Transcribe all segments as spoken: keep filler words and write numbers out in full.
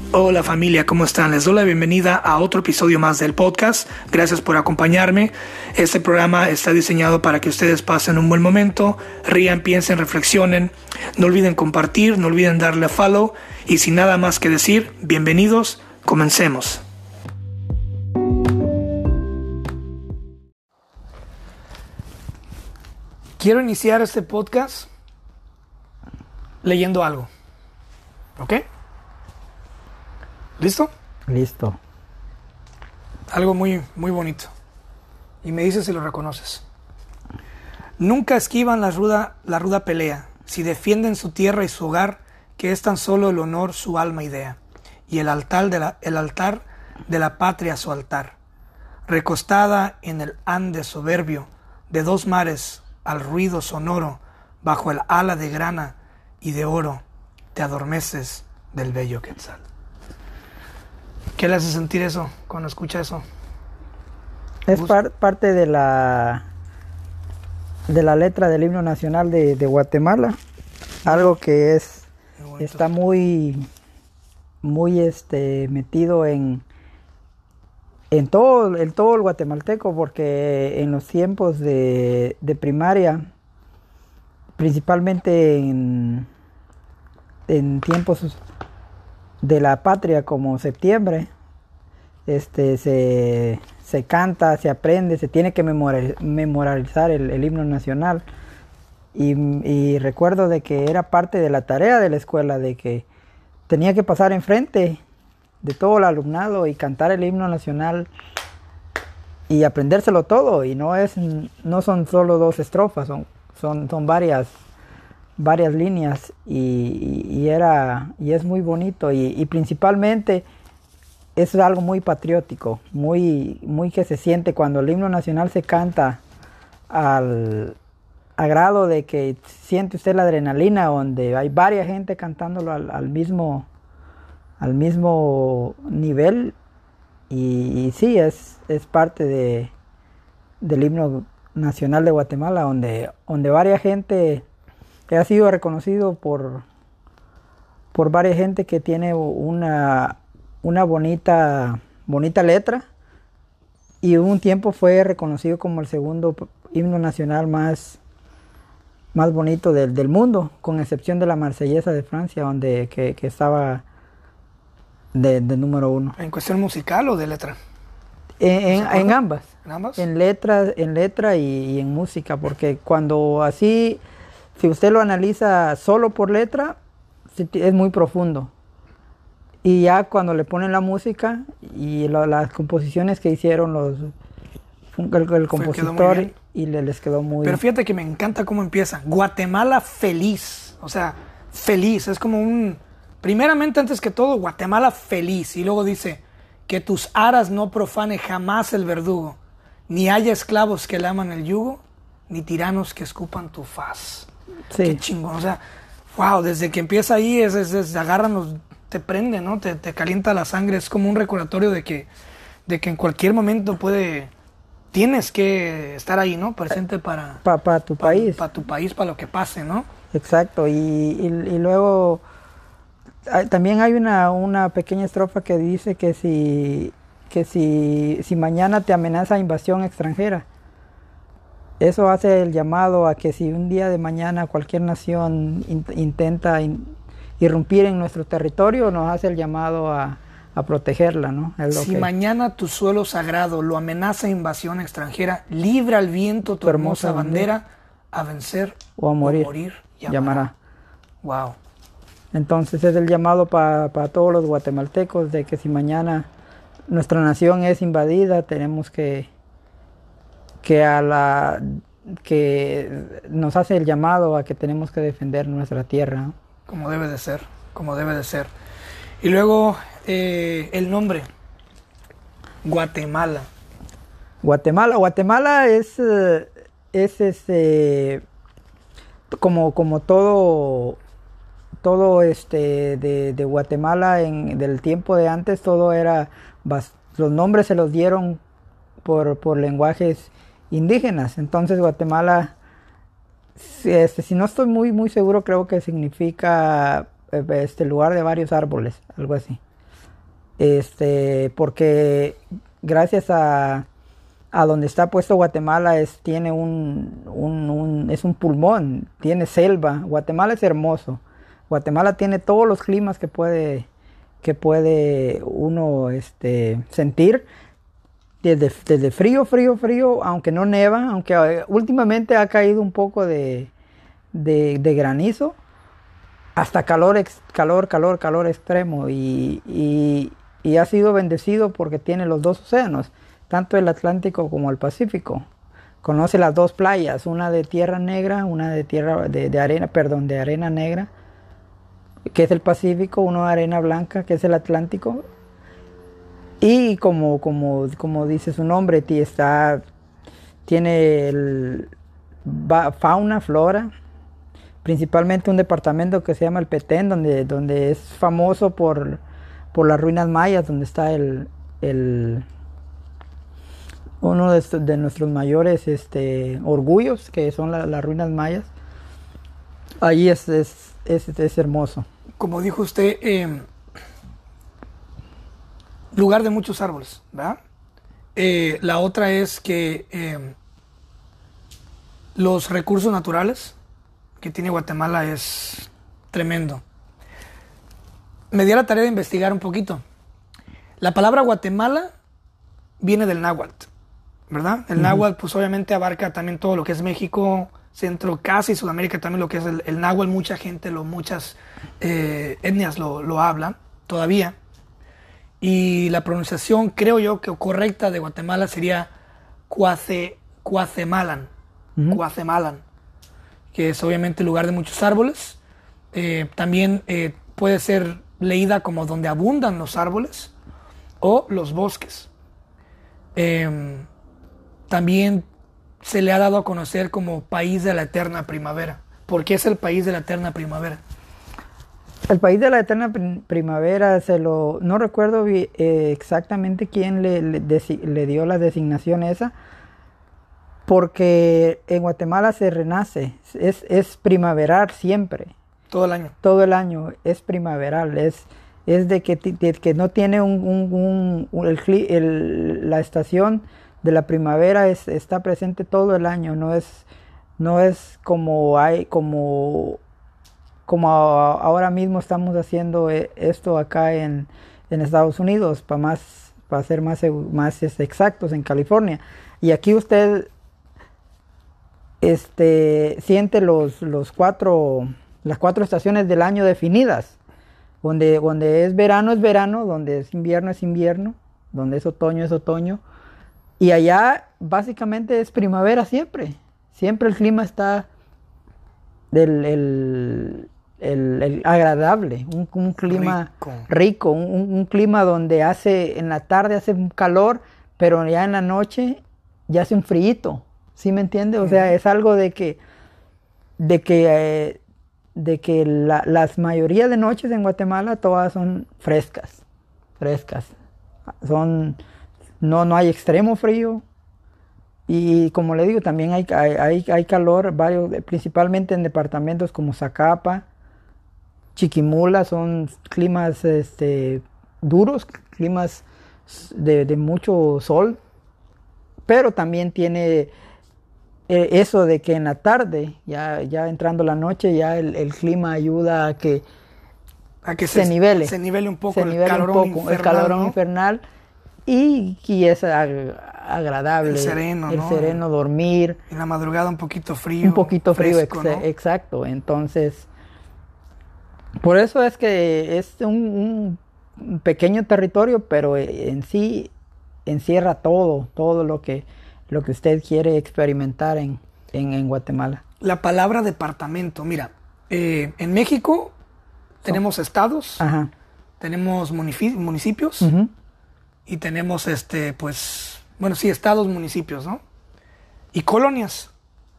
Hola familia, ¿cómo están? Les doy la bienvenida a otro episodio más del podcast. Gracias por acompañarme. Este programa está diseñado para que ustedes pasen un buen momento, rían, piensen, reflexionen. No olviden compartir, no olviden darle a follow. Y sin nada más que decir, bienvenidos, comencemos. Quiero iniciar este podcast leyendo algo. ¿Ok? ¿Listo? Listo. Algo muy, muy bonito. Y me dices si lo reconoces. Nunca esquivan la ruda, la ruda pelea, si defienden su tierra y su hogar, que es tan solo el honor su alma idea, y el altar de la, el altar de la patria su altar. Recostada en el ande soberbio, de dos mares al ruido sonoro, bajo el ala de grana y de oro, te adormeces del bello quetzal. ¿Qué le hace sentir eso cuando escucha eso? Es par, parte de la de la letra del himno nacional de, de Guatemala, algo que es está muy muy este metido en en todo en todo el guatemalteco, porque en los tiempos de, de primaria, principalmente en en tiempos de la patria como septiembre, este se, se canta, se aprende, se tiene que memorializar, memorizar el, el himno nacional. Y, y recuerdo de que era parte de la tarea de la escuela, de que tenía que pasar enfrente de todo el alumnado y cantar el himno nacional y aprendérselo todo. Y no es no son solo dos estrofas, son, son, son varias varias líneas, y, y, y era y es muy bonito, y, y principalmente es algo muy patriótico, muy muy que se siente cuando el himno nacional se canta al a grado de que siente usted la adrenalina, donde hay varias gente cantándolo al, al mismo al mismo nivel, y, y sí es es parte de del himno nacional de Guatemala, donde donde varias gente que ha sido reconocido por, por varias gente que tiene una, una bonita, bonita letra, y un tiempo fue reconocido como el segundo himno nacional más, más bonito del, del mundo, con excepción de la Marsellesa de Francia, donde que, que estaba de, de número uno. ¿En cuestión musical o de letra? En, en, en ambas. ¿En ambas? En letra, en letra y, y en música, porque cuando así... Si usted lo analiza solo por letra, es muy profundo. Y ya cuando le ponen la música y lo, las composiciones que hicieron los el, el compositor, y le, les quedó muy... Pero fíjate que me encanta cómo empieza. Guatemala feliz. O sea, feliz. Es como un... Primeramente, antes que todo, Guatemala feliz. Y luego dice, que tus aras no profane jamás el verdugo. Ni haya esclavos que le aman el yugo, ni tiranos que escupan tu faz. Sí. Qué chingón, o sea, wow, desde que empieza ahí, es, es, es agarran los, te prende, ¿no? Te, te calienta la sangre, es como un recordatorio de que, de que en cualquier momento puede, tienes que estar ahí, ¿no? Presente para... Para pa tu pa, país. Para tu país, para lo que pase, ¿no? Exacto, y, y, y luego hay, también hay una, una pequeña estrofa que dice que si, que si, si mañana te amenaza invasión extranjera, eso hace el llamado a que si un día de mañana cualquier nación in, intenta in, irrumpir en nuestro territorio, nos hace el llamado a, a protegerla, ¿no? Es lo si que... mañana tu suelo sagrado lo amenaza invasión extranjera, libra al viento tu, tu hermosa, hermosa bandera, bandera, a vencer o a morir, o morir llamará. llamará. Wow. Entonces es el llamado para pa todos los guatemaltecos de que si mañana nuestra nación es invadida, tenemos que... que a la que nos hace el llamado a que tenemos que defender nuestra tierra, ¿no? Como debe de ser, como debe de ser. Y luego eh, el nombre, Guatemala. Guatemala, Guatemala es es este como como todo todo este de, de Guatemala en del tiempo de antes, todo era los nombres se los dieron por por lenguajes indígenas. Entonces Guatemala, este, si no estoy muy muy seguro, creo que significa este lugar de varios árboles, algo así. este, porque gracias a, a donde está puesto Guatemala es, tiene un, un, un, es un pulmón, tiene selva. Guatemala es hermoso. Guatemala tiene todos los climas que puede, que puede uno este, sentir. Desde, desde frío, frío, frío, aunque no neva, aunque uh, últimamente ha caído un poco de, de, de granizo, hasta calor, ex, calor, calor, calor extremo. Y, y, y ha sido bendecido porque tiene los dos océanos, tanto el Atlántico como el Pacífico. Conoce las dos playas, una de tierra negra, una de tierra de, de arena, perdón, de arena negra, que es el Pacífico, uno de arena blanca, que es el Atlántico. Y como, como, como dice su nombre, está, tiene el, fauna, flora, principalmente un departamento que se llama el Petén, donde, donde es famoso por, por las ruinas mayas, donde está el, el, uno de, estos, de nuestros mayores este, orgullos, que son la, las ruinas mayas. Ahí es, es, es, es hermoso. Como dijo usted, eh, lugar de muchos árboles, ¿verdad? Eh, la otra es que eh, los recursos naturales que tiene Guatemala es tremendo. Me di a la tarea de investigar un poquito. La palabra Guatemala viene del náhuatl, ¿verdad? El uh-huh. náhuatl pues obviamente abarca también todo lo que es México, Centro, casi Sudamérica, también lo que es el, el náhuatl. Mucha gente, lo, muchas eh, etnias lo, lo hablan todavía. Y la pronunciación, creo yo, que correcta de Guatemala sería Cuace, Cuacemalan, uh-huh. Cuacemalan, que es obviamente el lugar de muchos árboles. Eh, también eh, puede ser leída como donde abundan los árboles o los bosques. Eh, también se le ha dado a conocer como país de la eterna primavera. ¿Por qué es el país de la eterna primavera? El país de la eterna primavera, se lo, no recuerdo eh, exactamente quién le, le, desi, le dio la designación esa, porque en Guatemala se renace, es, es primaveral siempre. Todo el año. Todo el año es primaveral, es, es de, que, de que no tiene un, un, un el, el, la estación de la primavera es, está presente todo el año, no es, no es como hay, como... como ahora mismo estamos haciendo esto acá en, en Estados Unidos, para más, para ser más, más exactos, en California. Y aquí usted este, siente los, los cuatro, las cuatro estaciones del año definidas, donde, donde es verano es verano, donde es invierno es invierno, donde es otoño es otoño. Y allá básicamente es primavera siempre. Siempre el clima está del... El, El, el agradable, un, un clima rico, rico un, un clima donde hace, en la tarde hace un calor, pero ya en la noche ya hace un frío, ¿sí me entiende? O uh-huh. sea, es algo de que, de que, eh, de que la las mayoría de noches en Guatemala todas son frescas, frescas, son, no, no hay extremo frío. Y como le digo, también hay, hay, hay calor, varios, principalmente en departamentos como Zacapa, Chiquimula, son climas este, duros, climas de, de mucho sol, pero también tiene eh, eso de que en la tarde, ya, ya entrando la noche, ya el, el clima ayuda a que, a que se, se nivele, se nivele un poco, se el, nivele calorón un poco infernal, el calorón ¿no? infernal y, y es ag agradable, el sereno, el ¿no? sereno dormir. En la madrugada un poquito frío. Un poquito frío, fresco, ex ¿no? exacto, entonces... Por eso es que es un, un pequeño territorio, pero en sí encierra todo, todo lo que, lo que usted quiere experimentar en, en, en Guatemala. La palabra departamento, mira, eh, en México tenemos oh. estados, Ajá. tenemos municipios uh-huh. y tenemos, este, pues, bueno, sí, estados, municipios, ¿no? Y colonias.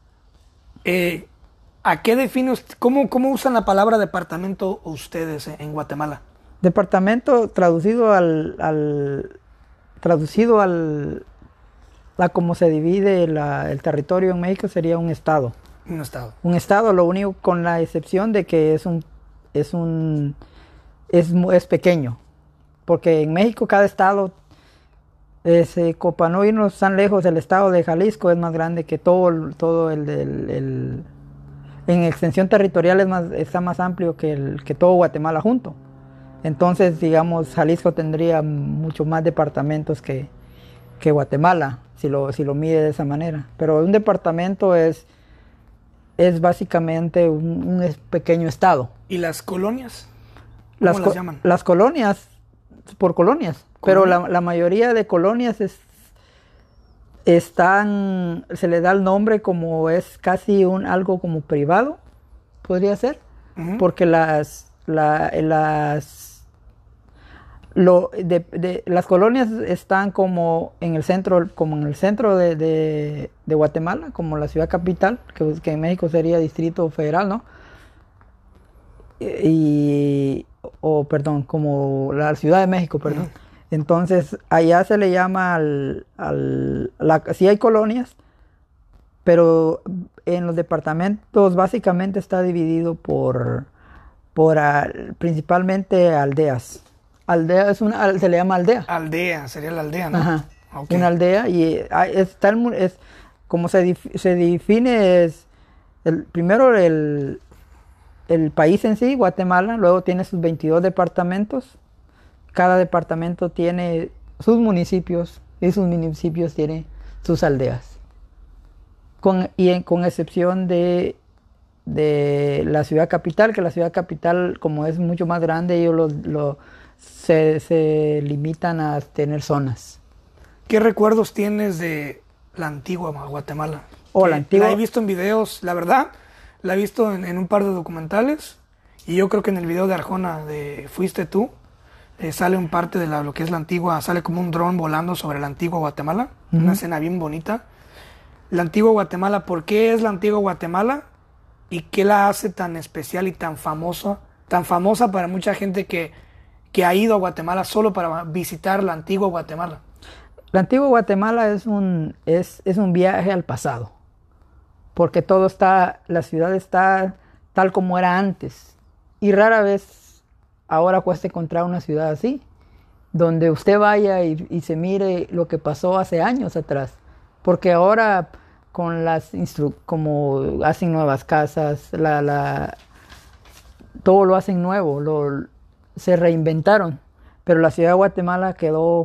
Eh, ¿A qué define usted, cómo, cómo usan la palabra departamento ustedes en Guatemala? Departamento traducido al, al traducido al a cómo se divide la, el territorio en México sería un estado. Un estado. Un estado, lo único con la excepción de que es un es un es, es pequeño. porque en México cada estado, ese, para no irnos tan lejos, el estado de Jalisco es más grande que todo, el- todo el, el- el- en extensión territorial es más, está más amplio que, el, que todo Guatemala junto. Entonces, digamos, Jalisco tendría mucho más departamentos que, que Guatemala, si lo, si lo mide de esa manera. Pero un departamento es, es básicamente un, un es- pequeño estado. ¿Y las colonias? ¿Cómo Las, las co- llaman? las colonias, por colonias, pero la, la mayoría de colonias es, están, se le da el nombre como es casi un algo como privado, podría ser, Ujú. porque las, la- las, lo, de, de- las colonias están como en el centro, como en el centro de, de- de Guatemala, como la ciudad capital, que, que en México sería Distrito Federal, ¿no? Y, o perdón, como la Ciudad de México, perdón. Ujú. Entonces, allá se le llama al, al la, sí hay colonias, pero en los departamentos básicamente está dividido por, por al- principalmente aldeas. Aldea es una, al- se le llama aldea. Aldea, sería la aldea, ¿no? Ajá. Ok. Una aldea y eh, hay- está el mu- es, como se, dif- se define es el, primero el, el país en sí, Guatemala, luego tiene sus veintidós departamentos. Cada departamento tiene sus municipios y sus municipios tienen sus aldeas. Con, y en- con excepción de, de la ciudad capital, que la ciudad capital, como es mucho más grande, ellos lo, lo- se, se limitan a tener zonas. ¿Qué recuerdos tienes de la antigua Guatemala? O Que la antigua- La he visto en videos, la verdad, la he visto en, en un par de documentales. Y yo creo que en el video de Arjona, de Fuiste tú, eh, sale un parte de la- lo que es la antigua, sale como un dron volando sobre la antigua Guatemala. Ujú. Una escena bien bonita. La antigua Guatemala, ¿por qué es la antigua Guatemala? ¿Y qué la hace tan especial y tan famosa? Tan famosa para mucha gente que, que ha ido a Guatemala solo para visitar la antigua Guatemala. La antigua Guatemala es un, es, es un viaje al pasado, porque todo está, la ciudad está tal como era antes. Y rara vez ahora cuesta encontrar una ciudad así, donde usted vaya y, y se mire lo que pasó hace años atrás. Porque ahora con las instru como hacen nuevas casas, la, la, todo lo hacen nuevo, lo, se reinventaron. Pero la ciudad de Guatemala quedó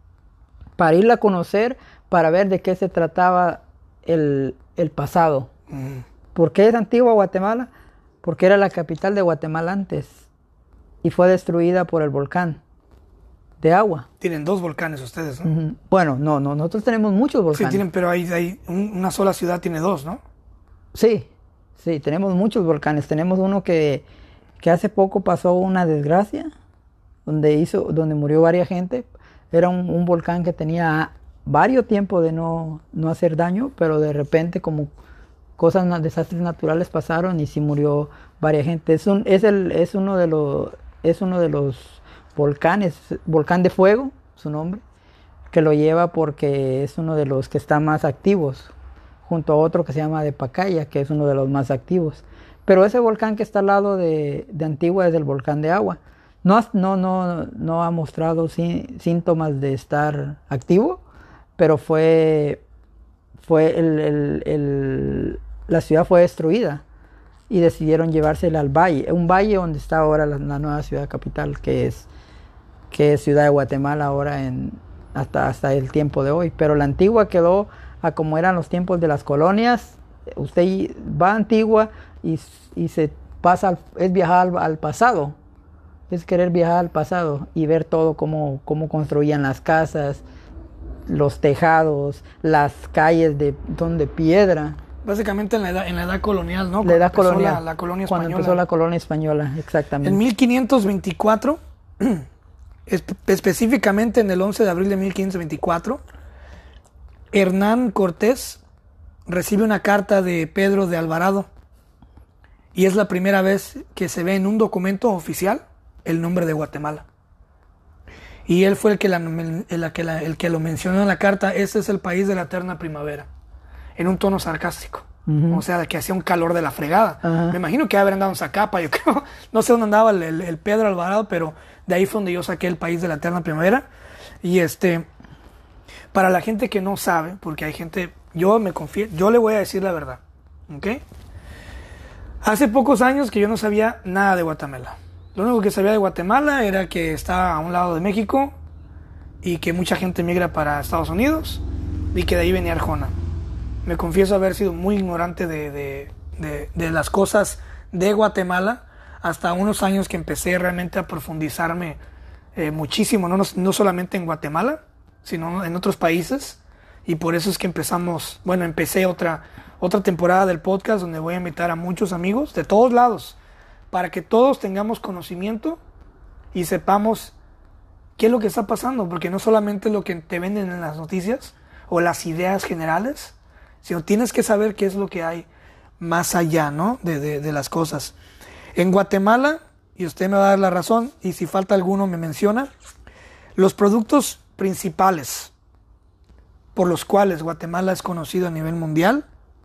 para irla a conocer, para ver de qué se trataba el, el pasado. Mm. ¿Por qué es antigua Guatemala? Porque era la capital de Guatemala antes y fue destruida por el volcán de agua. Tienen dos volcanes ustedes, ¿no? Ujú. Bueno, no, no, nosotros tenemos muchos Sí, volcanes. tienen, pero hay, hay un- una sola ciudad tiene dos, ¿no? Sí, sí, tenemos muchos volcanes. Tenemos uno que, que hace poco pasó una desgracia, donde hizo, donde murió varias gente. Era un, un volcán que tenía varios tiempos de no, no hacer daño, pero de repente como cosas, na- desastres naturales pasaron y sí murió varias gente. Es un, es el, es uno de los, es uno de los volcanes, volcán de fuego, su nombre, que lo lleva porque es uno de los que está más activos, junto a otro que se llama de Pacaya, que es uno de los más activos. Pero ese volcán que está al lado de, de Antigua es el volcán de agua. No, has- no, no, no ha mostrado sí- síntomas de estar activo, pero fue, fue el, el- el- la ciudad fue destruida y decidieron llevársela al valle, un valle donde está ahora la, la nueva ciudad capital, que es, que es Ciudad de Guatemala ahora en, hasta, hasta el tiempo de hoy. Pero la antigua quedó a como eran los tiempos de las colonias. Usted va a Antigua y, y se pasa, al- es viajar al, al pasado, es querer viajar al pasado y ver todo cómo, cómo construían las casas, los tejados, las calles de, son de piedra. Básicamente en la edad, en la edad colonial, ¿no? La Cuando edad empezó colonial. La, la colonia Cuando española. empezó la colonia española, exactamente. En mil quinientos veinticuatro, espe- específicamente en el once de abril de mil quinientos veinticuatro, Hernán Cortés recibe una carta de Pedro de Alvarado y es la primera vez que se ve en un documento oficial el nombre de Guatemala. Y él fue el que, la- el, que la- el que lo mencionó en la carta. Ese es el país de la eterna primavera, en un tono sarcástico. Uh-huh. O sea, que hacía un calor de la fregada. Uh-huh. Me imagino que haber andado en Zacapa, yo creo. No sé dónde andaba el, el, el Pedro Alvarado, pero de ahí fue donde yo saqué El País de la Eterna Primavera. Y este, para la gente que no sabe, porque hay gente, yo me confío, yo le voy a decir la verdad, ¿ok? Hace pocos años que yo no sabía nada de Guatemala. Lo único que sabía de Guatemala era que está a un lado de México y que mucha gente migra para Estados Unidos y que de ahí venía Arjona. Me confieso haber sido muy ignorante de, de, de, de las cosas de Guatemala hasta unos años que empecé realmente a profundizarme eh, muchísimo, no, no, no solamente en Guatemala, sino en otros países. Y por eso es que empezamos, bueno, empecé otra, otra temporada del podcast donde voy a invitar a muchos amigos de todos lados para que todos tengamos conocimiento y sepamos qué es lo que está pasando, porque no solamente lo que te venden en las noticias o las ideas generales, sino tienes que saber qué es lo que hay más allá, ¿no? de, de, de las cosas. En Guatemala, y usted me va a dar la razón, y si falta alguno me menciona, los productos principales por los cuales Guatemala es conocido a nivel mundial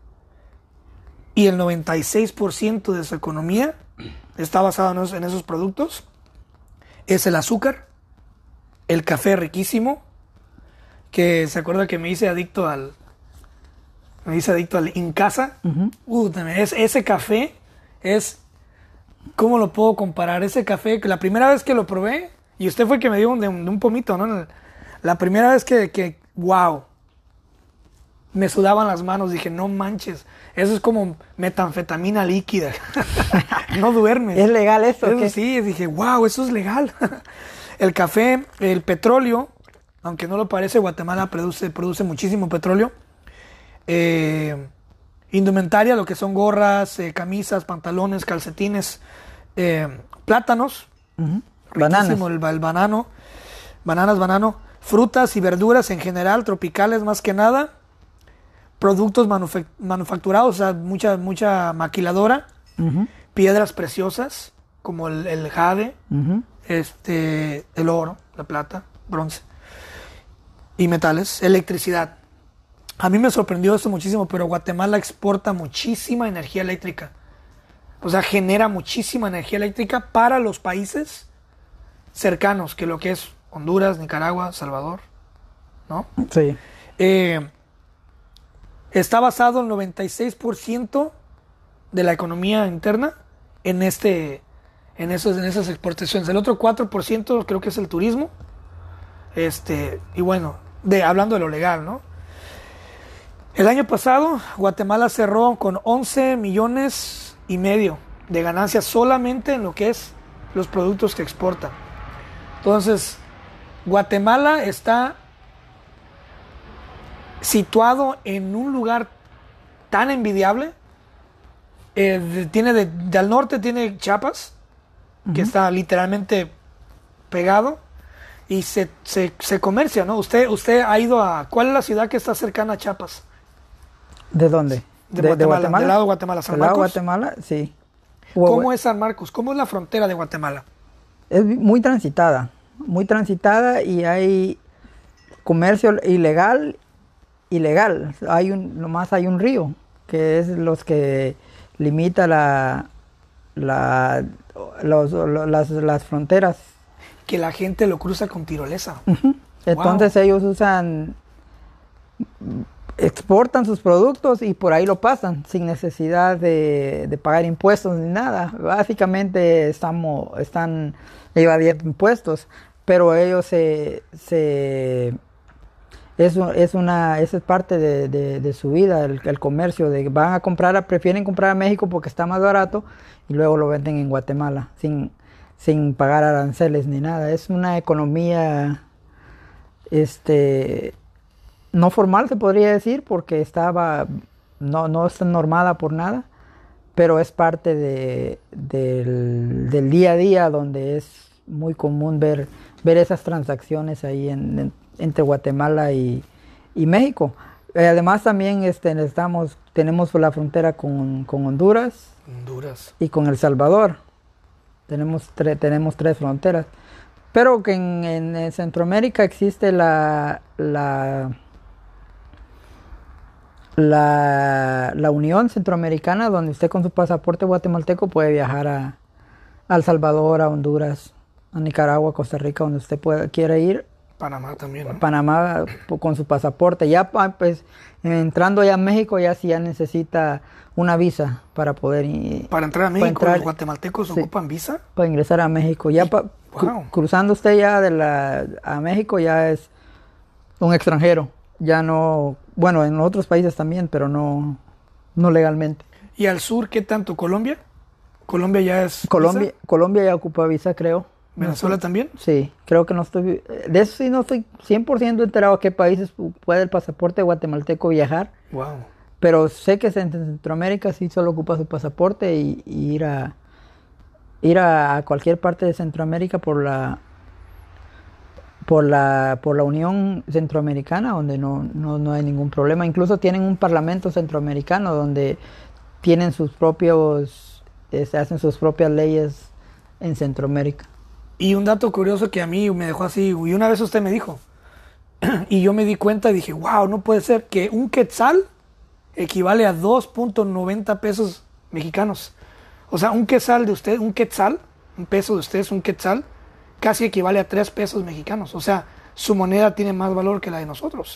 y el noventa y seis por ciento de su economía está basado en esos, en esos productos, es el azúcar, el café riquísimo, que se acuerda que me hice adicto al me hice adicto al Incasa. Uh-huh. uh, es, ese café es, ¿cómo lo puedo comparar? Ese café, que la primera vez que lo probé, y usted fue que me dio un, de, un, de un pomito, ¿no? La primera vez que, que, wow, me sudaban las manos, dije, no manches, eso es como metanfetamina líquida. No duermes. ¿Es legal eso? Eso sí, dije, wow, eso es legal. El café, el petróleo, aunque no lo parece, Guatemala produce, produce muchísimo petróleo. Eh, indumentaria, lo que son gorras, eh, camisas, pantalones, calcetines, eh, plátanos, uh-huh. Riquísimo el, el banano, bananas, banano, frutas y verduras en general, tropicales más que nada, productos manufac- manufacturados, o sea, mucha, mucha maquiladora, uh-huh. piedras preciosas como el, el jade, uh-huh. este, el oro, la plata, bronce y metales, electricidad. A mí me sorprendió esto muchísimo, pero Guatemala exporta muchísima energía eléctrica. O sea, genera muchísima energía eléctrica para los países cercanos, que lo que es Honduras, Nicaragua, Salvador, ¿no? Sí. Eh, está basado el noventa y seis por ciento de la economía interna en, este, en, esos, en esas exportaciones. El otro cuatro por ciento creo que es el turismo. Este, y bueno, de, hablando de lo legal, ¿no? El año pasado, Guatemala cerró con once millones y medio de ganancias solamente en lo que es los productos que exporta. Entonces, Guatemala está situado en un lugar tan envidiable. Eh, tiene de, de al norte tiene Chiapas, uh-huh. que está literalmente pegado y se, se, se comercia, ¿no? Usted, usted ha ido a... ¿Cuál es la ciudad que está cercana a Chiapas? ¿De dónde? De, ¿De, Guatemala, de Guatemala? Del lado de Guatemala, San ¿Del lado de Marcos. Guatemala? Sí. ¿Cómo es San Marcos? ¿Cómo es la frontera de Guatemala? Es muy transitada, muy transitada y hay comercio ilegal, ilegal. Hay un, nomás hay un río, que es los que limita la, la, los, los, las, las fronteras. Que la gente lo cruza con tirolesa. Uh-huh. Entonces wow. ellos usan... exportan sus productos y por ahí lo pasan sin necesidad de, de pagar impuestos ni nada. Básicamente estamos, están evadiendo impuestos, pero ellos se, se eso es una esa es parte de, de, de su vida, el, el comercio, de van a comprar, prefieren comprar a México porque está más barato y luego lo venden en Guatemala sin, sin pagar aranceles ni nada. Es una economía este no formal, se podría decir, porque estaba no, no está normada por nada, pero es parte de, del, del día a día, donde es muy común ver, ver esas transacciones ahí en, en, entre Guatemala y, y México. Eh, además también este, estamos, tenemos la frontera con, con Honduras, Honduras y con El Salvador. Tenemos, tre, tenemos tres fronteras. Pero que en, en Centroamérica existe la... la la, la Unión Centroamericana, donde usted con su pasaporte guatemalteco puede viajar a, a El Salvador, a Honduras, a Nicaragua, Costa Rica, donde usted pueda, quiera ir. Panamá también, ¿no? Panamá con su pasaporte. Ya pues entrando ya a México ya sí ya necesita una visa para poder ir. Para entrar a México, entrar, ¿los guatemaltecos sí, ocupan visa? Para ingresar a México. Ya pa, wow. cruzando usted ya de la a México ya es un extranjero. Ya no, bueno, en otros países también, pero no, no legalmente. ¿Y al sur qué tanto? ¿Colombia? ¿Colombia ya es Colombia, visa? Colombia ya ocupa visa, creo. ¿Venezuela no también? Sí, creo que no estoy... De eso sí no estoy cien por ciento enterado a qué países puede el pasaporte guatemalteco viajar. Wow. Pero sé que en Centroamérica sí solo ocupa su pasaporte y, y ir a ir a, a cualquier parte de Centroamérica por la por la por la Unión Centroamericana, donde no, no, no hay ningún problema. Incluso tienen un parlamento centroamericano donde tienen sus propios... Eh, se hacen sus propias leyes en Centroamérica. Y un dato curioso que a mí me dejó así, y una vez usted me dijo, y yo me di cuenta y dije, wow, no puede ser que un quetzal equivale a dos punto noventa pesos mexicanos. O sea, un quetzal de usted, un quetzal, un peso de usted es un quetzal, casi equivale a tres pesos mexicanos. O sea, su moneda tiene más valor que la de nosotros.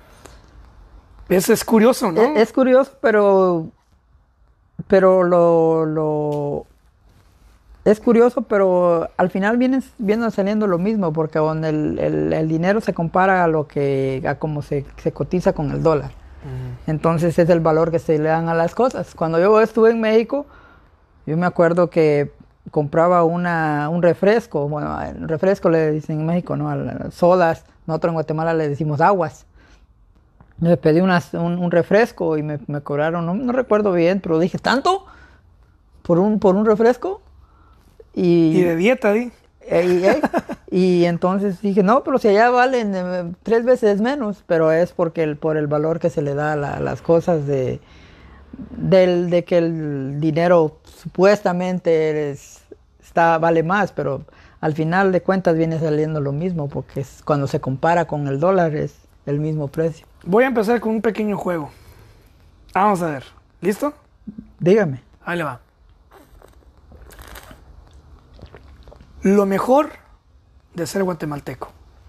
Eso es curioso, ¿no? Es, es curioso, pero, pero lo... lo... Es curioso, pero al final viene, viene saliendo lo mismo, porque donde el, el, el dinero se compara a lo que a cómo se, se cotiza con el dólar. Uh-huh. Entonces es el valor que se le dan a las cosas. Cuando yo estuve en México, yo me acuerdo que compraba una, un refresco, bueno, el refresco le dicen en México, ¿no? A las sodas, nosotros en Guatemala le decimos aguas. Me pedí unas, un, un refresco y me, me cobraron, no, no recuerdo bien, pero dije, ¿tanto? ¿Por un, por un refresco? Y, y de dieta, ¿sí? Y, y, y entonces dije, no, pero si allá valen eh, tres veces menos, pero es porque el, por el valor que se le da a la, las cosas de, del, de que el dinero supuestamente es, está, vale más, pero al final de cuentas viene saliendo lo mismo, porque es, cuando se compara con el dólar es el mismo precio. Voy a empezar con un pequeño juego. Vamos a ver, ¿listo? Dígame. Ahí le va. Lo mejor de ser guatemalteco.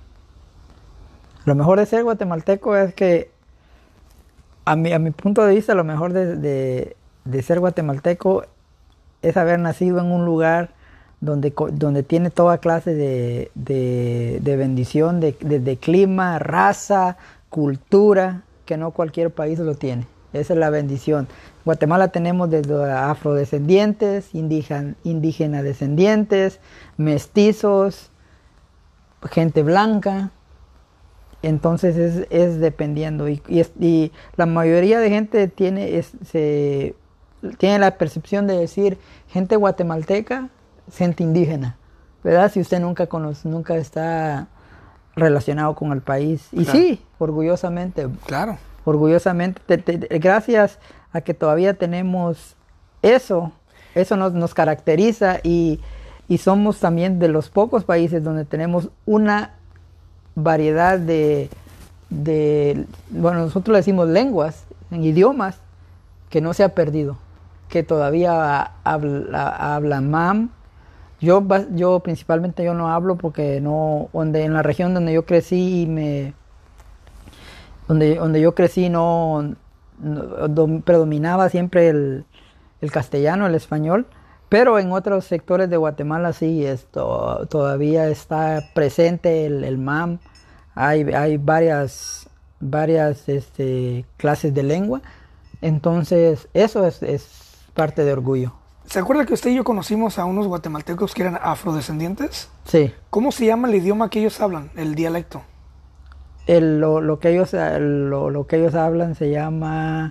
Lo mejor de ser guatemalteco es que, a mi, a mi punto de vista, lo mejor de, de, de ser guatemalteco es haber nacido en un lugar donde, donde tiene toda clase de, de, de bendición, de, de, de clima, raza, cultura, que no cualquier país lo tiene. Esa es la bendición. En Guatemala tenemos desde afrodescendientes, indígena, indígena descendientes, mestizos, gente blanca. Entonces es, es dependiendo. Y, y, es, y la mayoría de gente tiene, es, se, tiene la percepción de decir gente guatemalteca, gente indígena, ¿verdad? Si usted nunca conoce, nunca está relacionado con el país. Y claro. Sí, orgullosamente. Claro. Orgullosamente, te, te, gracias a que todavía tenemos eso, eso nos, nos caracteriza y, y somos también de los pocos países donde tenemos una variedad de, de, bueno, nosotros le decimos lenguas, en idiomas, que no se ha perdido, que todavía habla, habla mam. Yo, yo principalmente yo no hablo porque no, donde, en la región donde yo crecí y me... Donde, donde yo crecí no, no do, predominaba siempre el, el castellano, el español, pero en otros sectores de Guatemala sí, esto, todavía está presente el, el mam. Hay, hay varias, varias este, clases de lengua, entonces eso es, es parte de orgullo. ¿Se acuerda que usted y yo conocimos a unos guatemaltecos que eran afrodescendientes? Sí. ¿Cómo se llama el idioma que ellos hablan, el dialecto? El, lo, lo, que ellos, lo, lo que ellos hablan se llama...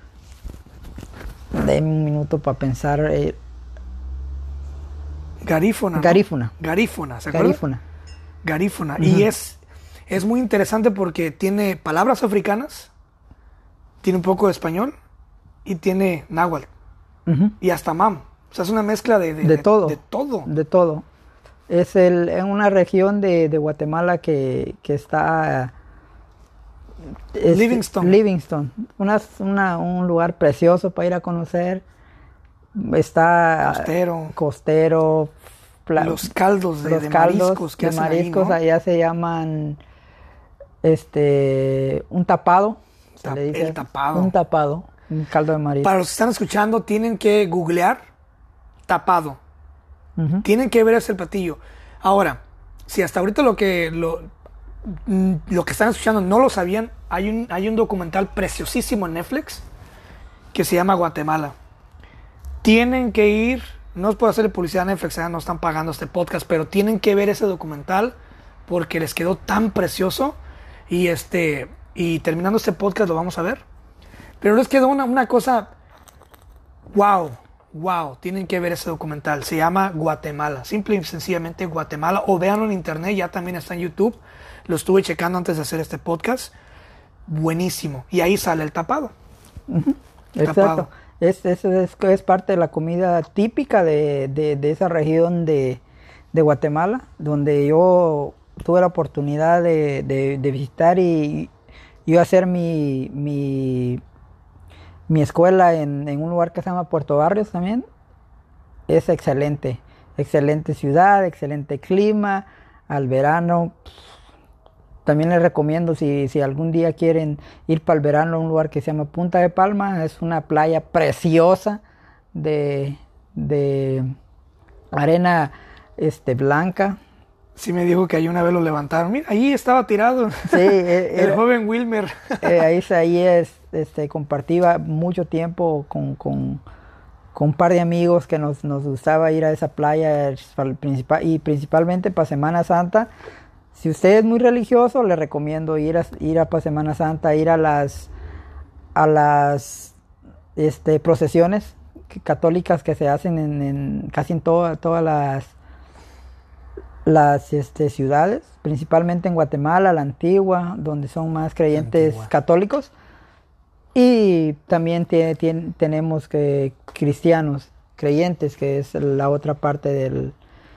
Denme un minuto para pensar. Eh, garífona. ¿no? Garífuna. Garífuna, ¿se acuerda? Garífuna. Garífuna. Uh-huh. Y es, es muy interesante porque tiene palabras africanas, tiene un poco de español y tiene náhuatl. Uh-huh. Y hasta mam. O sea, es una mezcla de, de, de, de todo. De todo. De todo. Es el, en una región de, de Guatemala que, que está Este, Livingston. Livingston. Una, una, un lugar precioso para ir a conocer. Está Costero. Costero. Pla- los caldos de, los de caldos mariscos que de hacen mariscos ahí, ¿no? allá se llaman este un tapado. Se Tap- le dice el tapado. Un tapado. Un caldo de marisco. Para los que están escuchando, tienen que googlear tapado. Ujú. Tienen que ver ese platillo. Ahora, si hasta ahorita lo que lo, mm, lo que están escuchando no lo sabían, hay un, hay un documental preciosísimo en Netflix que se llama Guatemala. Tienen que ir, no os puedo hacerle publicidad a Netflix, ya no están pagando este podcast, pero tienen que ver ese documental porque les quedó tan precioso y este y terminando este podcast lo vamos a ver. Pero les quedó una, una cosa, wow, wow, tienen que ver ese documental. Se llama Guatemala, simple y sencillamente Guatemala. O véanlo en internet, ya también está en YouTube. Lo estuve checando antes de hacer este podcast. Buenísimo. Y ahí sale el tapado. Uh-huh. El Exacto. tapado. Es, es, es, es parte de la comida típica de, de, de esa región de, de Guatemala, donde yo tuve la oportunidad de, de, de visitar y yo hacer mi, mi, mi escuela en, en un lugar que se llama Puerto Barrios también. Es excelente, excelente ciudad, excelente clima, al verano. También les recomiendo si, si algún día quieren ir para el verano a un lugar que se llama Punta de Palma. Es una playa preciosa de, de arena este, blanca. Sí me dijo que ahí una vez lo levantaron. Mira, ahí estaba tirado. Sí, eh, el eh, joven Wilmer. eh, ahí, ahí es, este, compartía mucho tiempo con, con, con un par de amigos que nos, nos gustaba ir a esa playa principal, y principalmente para Semana Santa. Si usted es muy religioso, le recomiendo ir a, ir a para Semana Santa, ir a las, a las este, procesiones católicas que se hacen en, en casi en toda, todas las, las este, ciudades, principalmente en Guatemala, la Antigua, donde son más creyentes católicos. Y también tiene, tiene, tenemos que, cristianos creyentes, que es la otra parte del...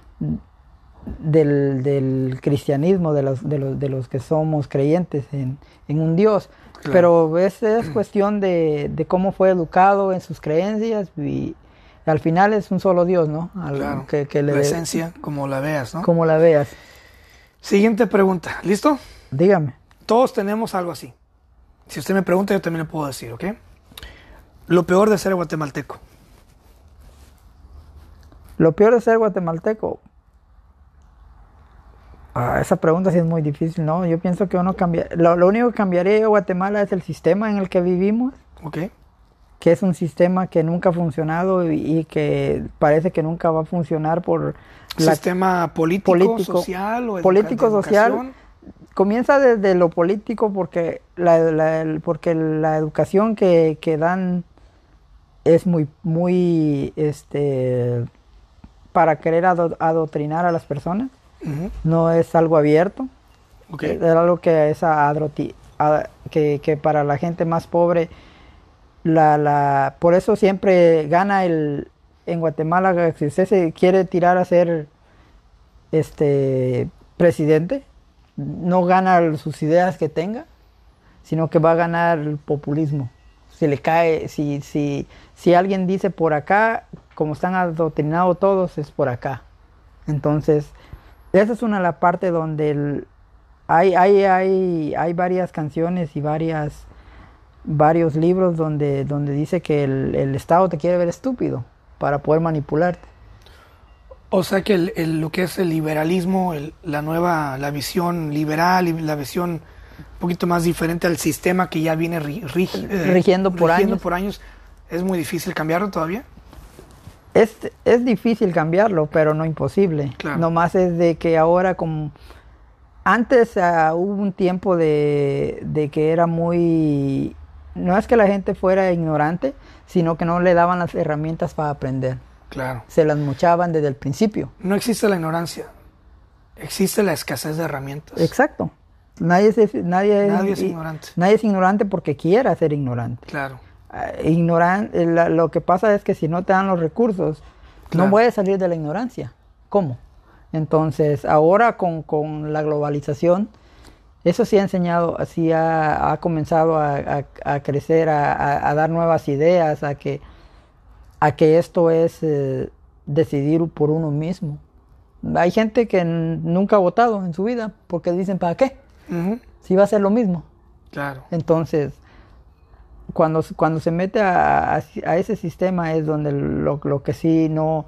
Del, del cristianismo, de los, de, los, de los que somos creyentes en, en un Dios. Claro. Pero es, es cuestión de, de cómo fue educado en sus creencias y al final es un solo Dios, ¿no? Al, claro. que, que le la de, esencia, como la veas, ¿no? Como la veas. Siguiente pregunta, ¿listo? Dígame. Todos tenemos algo así. Si usted me pregunta, yo también le puedo decir, ¿ok? Lo peor de ser guatemalteco. Lo peor de ser guatemalteco... Ah, esa pregunta sí es muy difícil, ¿no? Yo pienso que uno cambia... Lo, lo único que cambiaría de Guatemala es el sistema en el que vivimos. Ok. Que es un sistema que nunca ha funcionado y, y que parece que nunca va a funcionar por... La, ¿Sistema político, político social o político, social? Comienza desde lo político porque la, la, porque la educación que, que dan es muy, muy, este... para querer ado, adoctrinar a las personas. Uh-huh. No es algo abierto, okay. Es algo que es adroti, a, que, que para la gente más pobre, la, la, por eso siempre gana el, en Guatemala, si usted se quiere tirar a ser este, presidente, no gana sus ideas que tenga, sino que va a ganar el populismo. Si le cae, si, si, si alguien dice por acá, como están adoctrinados todos, es por acá. Entonces, esa es una de las partes donde el, hay, hay, hay, hay varias canciones y varias, varios libros donde, donde dice que el, el Estado te quiere ver estúpido para poder manipularte. O sea que el, el, lo que es el liberalismo, el, la nueva, la visión liberal y la visión un poquito más diferente al sistema que ya viene ri, ri, eh, rigiendo, por, rigiendo años. por años, ¿es muy difícil cambiarlo todavía? Es, es difícil cambiarlo, pero no imposible. Claro. Nomás es de que ahora, como antes uh, hubo un tiempo de, de que era muy... No es que la gente fuera ignorante, sino que no le daban las herramientas para aprender. Claro. Se las mochaban desde el principio. No existe la ignorancia, existe la escasez de herramientas. Exacto. Nadie es, nadie es, nadie es ignorante. Nadie es ignorante porque quiera ser ignorante. Claro. Uh, ignoran, la, lo que pasa es que si no te dan los recursos, claro, no puedes salir de la ignorancia. ¿Cómo? Entonces, ahora con, con la globalización Eso sí ha enseñado, sí ha, ha comenzado a, a, a crecer, a, a, a dar nuevas ideas, a que, a que esto es eh, decidir por uno mismo. Hay gente que n- nunca ha votado en su vida porque dicen, ¿para qué? Ujú. Si va a ser lo mismo. Claro. Entonces, cuando, cuando se mete a, a, a ese sistema es donde lo, lo que sí no,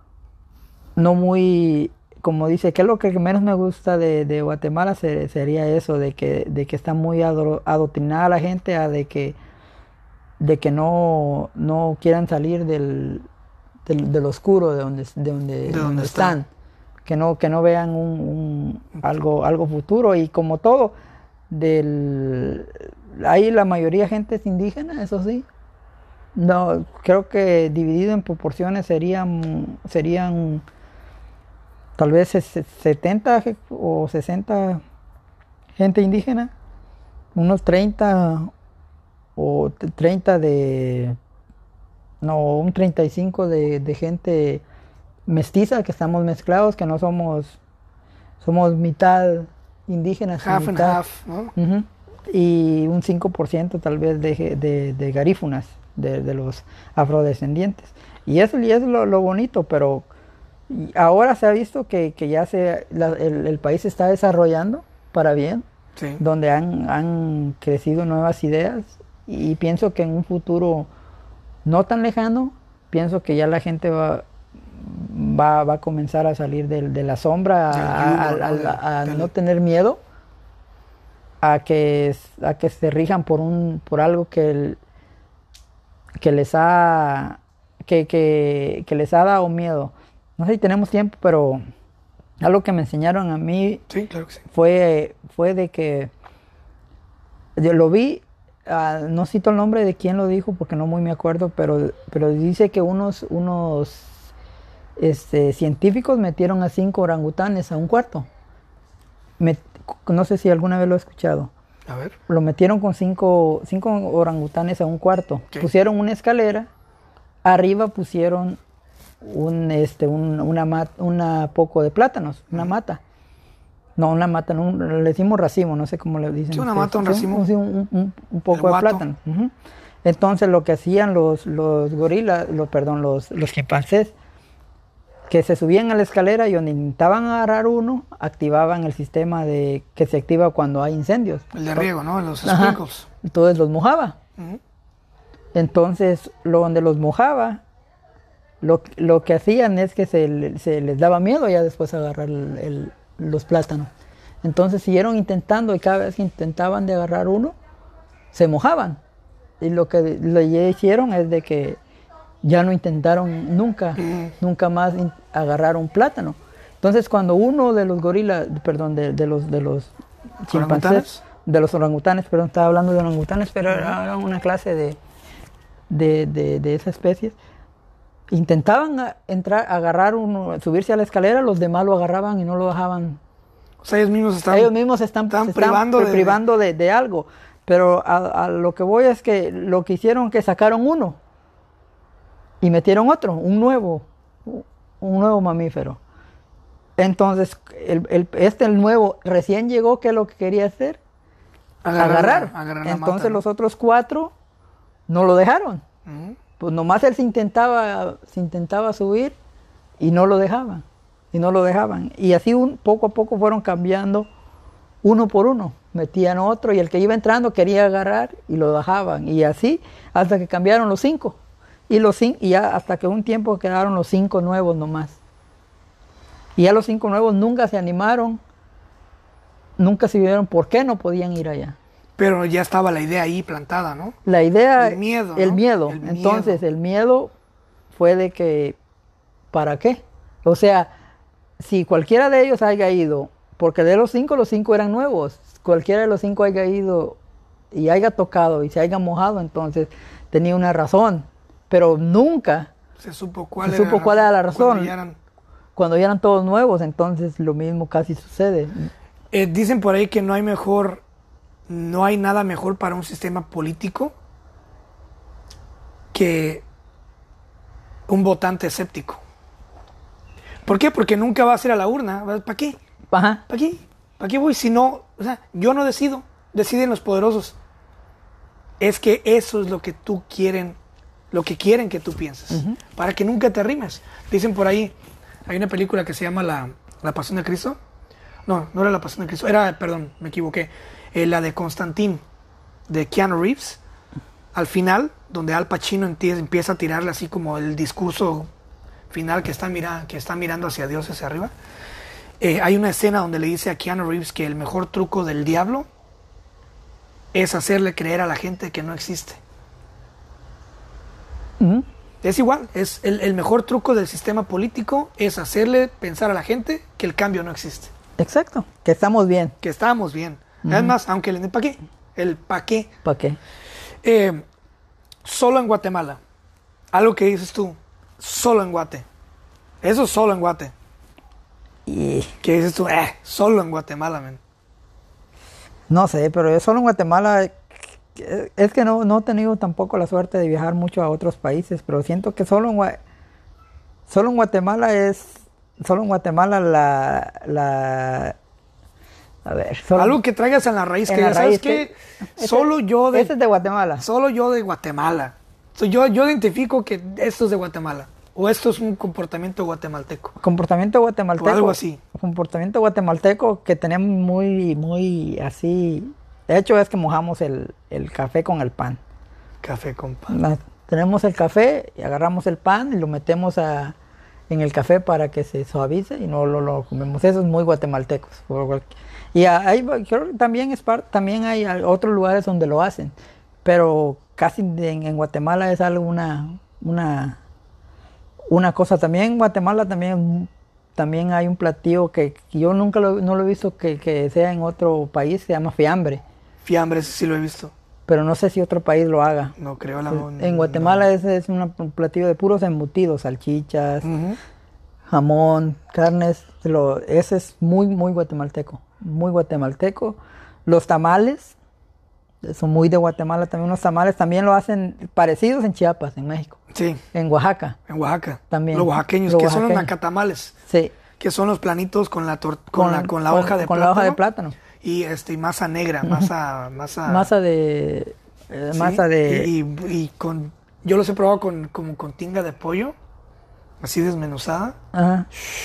no muy, como dice, ¿qué es lo que menos me gusta de, de Guatemala? Se- sería eso, de que, de que está muy ado- adoctrinada la gente a de que, de que no, no quieran salir del, del, del oscuro de donde, de donde, De donde donde están. están. Que no, que no vean un, un- algo, algo futuro. Y como todo, del, ahí la mayoría de gente es indígena, eso sí. No, creo que dividido en proporciones serían, serían tal vez ses- setenta ge- o sesenta gente indígena, unos treinta o t- treinta de, no, un treinta y cinco de, de gente mestiza, que estamos mezclados, que no somos, somos mitad indígenas y Half and mitad, half, ¿no? ujú, y un cinco por ciento tal vez de, ge- de, de garífunas, de, de los afrodescendientes. Y eso y es lo, lo bonito, pero y ahora se ha visto que, que ya se, la- el, el país se está desarrollando para bien, Sí. donde han, han crecido nuevas ideas y pienso que en un futuro no tan lejano, pienso que ya la gente va, va, va a comenzar a salir del- de, la sombra, Del a, a- yugo, ¿no? a- Del- a del- no tener miedo, a que, a que se rijan por, un, por algo que, el- que les ha que, que, que les ha dado miedo. No sé si tenemos tiempo, pero algo que me enseñaron a mí Sí, claro que sí. fue, fue de que yo lo vi, ah, no cito el nombre de quién lo dijo porque no muy me acuerdo, pero, pero dice que unos, unos este, científicos metieron a cinco orangutanes a un cuarto. Met- no sé si alguna vez lo he escuchado. A ver. Lo metieron con cinco, cinco orangutanes a un cuarto. Ok. Pusieron una escalera, arriba pusieron un, este, un, una, mat- una poco de plátanos, una mata. No, una mata, no, un- le decimos racimo, no sé cómo le dicen. Sí, una ustedes. mata, un Sí, racimo. sí, un, un- un poco El de guato. plátano. Ujú. Entonces lo que hacían los, los gorilas, los, perdón, los, los chimpancés, que se subían a la escalera y donde intentaban agarrar uno, activaban el sistema de que se activa cuando hay incendios. El de riego, ¿no? Los Ajá. sprinkles. Entonces los mojaba. Ujú. Entonces, lo donde los mojaba, lo, lo que hacían es que se, le- se les daba miedo ya después agarrar el- el- los plátanos. Entonces siguieron intentando y cada vez que intentaban de agarrar uno, se mojaban. Y lo que le hicieron es de que ya no intentaron nunca, Mm. nunca más in- agarrar un plátano. Entonces cuando uno de los gorilas, perdón, de, de los de los chimpancés, ¿Orangutanes? de los orangutanes, perdón, estaba hablando de orangutanes, pero era era una clase de, de, de, de esa especie. Intentaban a- entrar, agarrar uno, subirse a la escalera, los demás lo agarraban y no lo dejaban. O sea, ellos mismos están. Ellos mismos se están, están se están privando pri- de- privando de, de algo. Pero a, a lo que voy es que lo que hicieron que sacaron uno y metieron otro, un nuevo, un nuevo mamífero. Entonces, el, el- este el nuevo recién llegó, ¿qué es lo que quería hacer? Agarrar, Agarrar. agarrar la Entonces mata, ¿no? los otros cuatro no lo dejaron. Ujú. Pues nomás él se intentaba, se intentaba subir y no lo dejaban. Y no lo dejaban. Y así un, poco a poco fueron cambiando uno por uno. Metían otro y el que iba entrando quería agarrar y lo dejaban. Y así hasta que cambiaron los cinco. Y, los cin- y ya hasta que un tiempo quedaron los cinco nuevos nomás. Y ya los cinco nuevos nunca se animaron. Nunca se vieron por qué no podían ir allá. Pero ya estaba la idea ahí plantada, ¿no? La idea, El miedo, el ¿no? miedo. El Entonces, miedo. el miedo fue de que, ¿para qué? O sea, si cualquiera de ellos haya ido, porque de los cinco, los cinco eran nuevos, cualquiera de los cinco haya ido y haya tocado y se haya mojado, entonces tenía una razón. Pero nunca, Se supo cuál, Se era, supo cuál era la razón. cuando ya eran- cuando ya eran todos nuevos, entonces lo mismo casi sucede. Eh, dicen por ahí que no hay mejor, no hay nada mejor para un sistema político que un votante escéptico. ¿Por qué? Porque nunca va a ir a la urna. ¿Para qué? Ajá. ¿Para qué? ¿Para qué voy si no? O sea, yo no decido, deciden los poderosos. Es que eso es lo que tú quieren, lo que quieren que tú pienses, uh-huh. para que nunca te rimes. Dicen por ahí, hay una película que se llama La, la Pasión de Cristo. No, no era La Pasión de Cristo, era, perdón, me equivoqué, eh, la de Constantine, de Keanu Reeves. Al final, donde Al Pacino empieza a tirarle así como el discurso final que está, mira, que está mirando hacia Dios, hacia arriba. Eh, hay una escena donde le dice a Keanu Reeves que el mejor truco del diablo es hacerle creer a la gente que no existe. Uh-huh. Es igual, es el, el mejor truco del sistema político es hacerle pensar a la gente que el cambio no existe. Exacto, que estamos bien. Que estamos bien. Uh-huh. Además, aunque el ¿para qué? El ¿para qué? ¿Para qué? Eh, solo en Guatemala. Algo que dices tú, solo en Guate. Eso es solo en Guate. Y... ¿Qué dices tú? Eh, solo en Guatemala, man. No sé, pero yo solo en Guatemala, es que no, no he tenido tampoco la suerte de viajar mucho a otros países, pero siento que solo en, solo en Guatemala es, solo en Guatemala la, la a ver. Solo, algo que traigas en la raíz, en que la ya sabes raíz, que, que solo ese, yo de... Ese es de Guatemala. Solo yo de Guatemala. So, yo, yo identifico que esto es de Guatemala. O esto es un comportamiento guatemalteco. Comportamiento guatemalteco. O algo así. Comportamiento guatemalteco que tenemos muy, muy así. De hecho es que mojamos el, el café con el pan. Café con pan. La, tenemos el café y agarramos el pan y lo metemos a, en el café para que se suavice y no lo, lo comemos. Eso es muy guatemaltecos. Y hay, creo que también, es part, también hay otros lugares donde lo hacen. Pero casi en, en Guatemala es algo una... una Una cosa también en Guatemala también, también hay un platillo que, que yo nunca lo, no lo he visto que, que sea en otro país, se llama fiambre. Fiambre, sí lo he visto. Pero no sé si otro país lo haga. No creo. La, en Guatemala no. es, es una, un platillo de puros embutidos, salchichas, uh-huh. jamón, carnes. Lo, ese es muy, muy guatemalteco. Muy guatemalteco. Los tamales son muy de Guatemala también. Los tamales también lo hacen parecidos en Chiapas, en México. Sí. En Oaxaca. En Oaxaca. También. Los oaxaqueños, los que oaxaqueños. son los nacatamales. Sí. Que son los planitos con la tor- con, con, la, con la con, hoja de con plátano. la hoja de plátano. Y este, y masa negra, masa... Masa, masa de... Eh, ¿sí? Masa de... Y, y, y con... Yo los he probado con, como con tinga de pollo. Así desmenuzada. Ajá.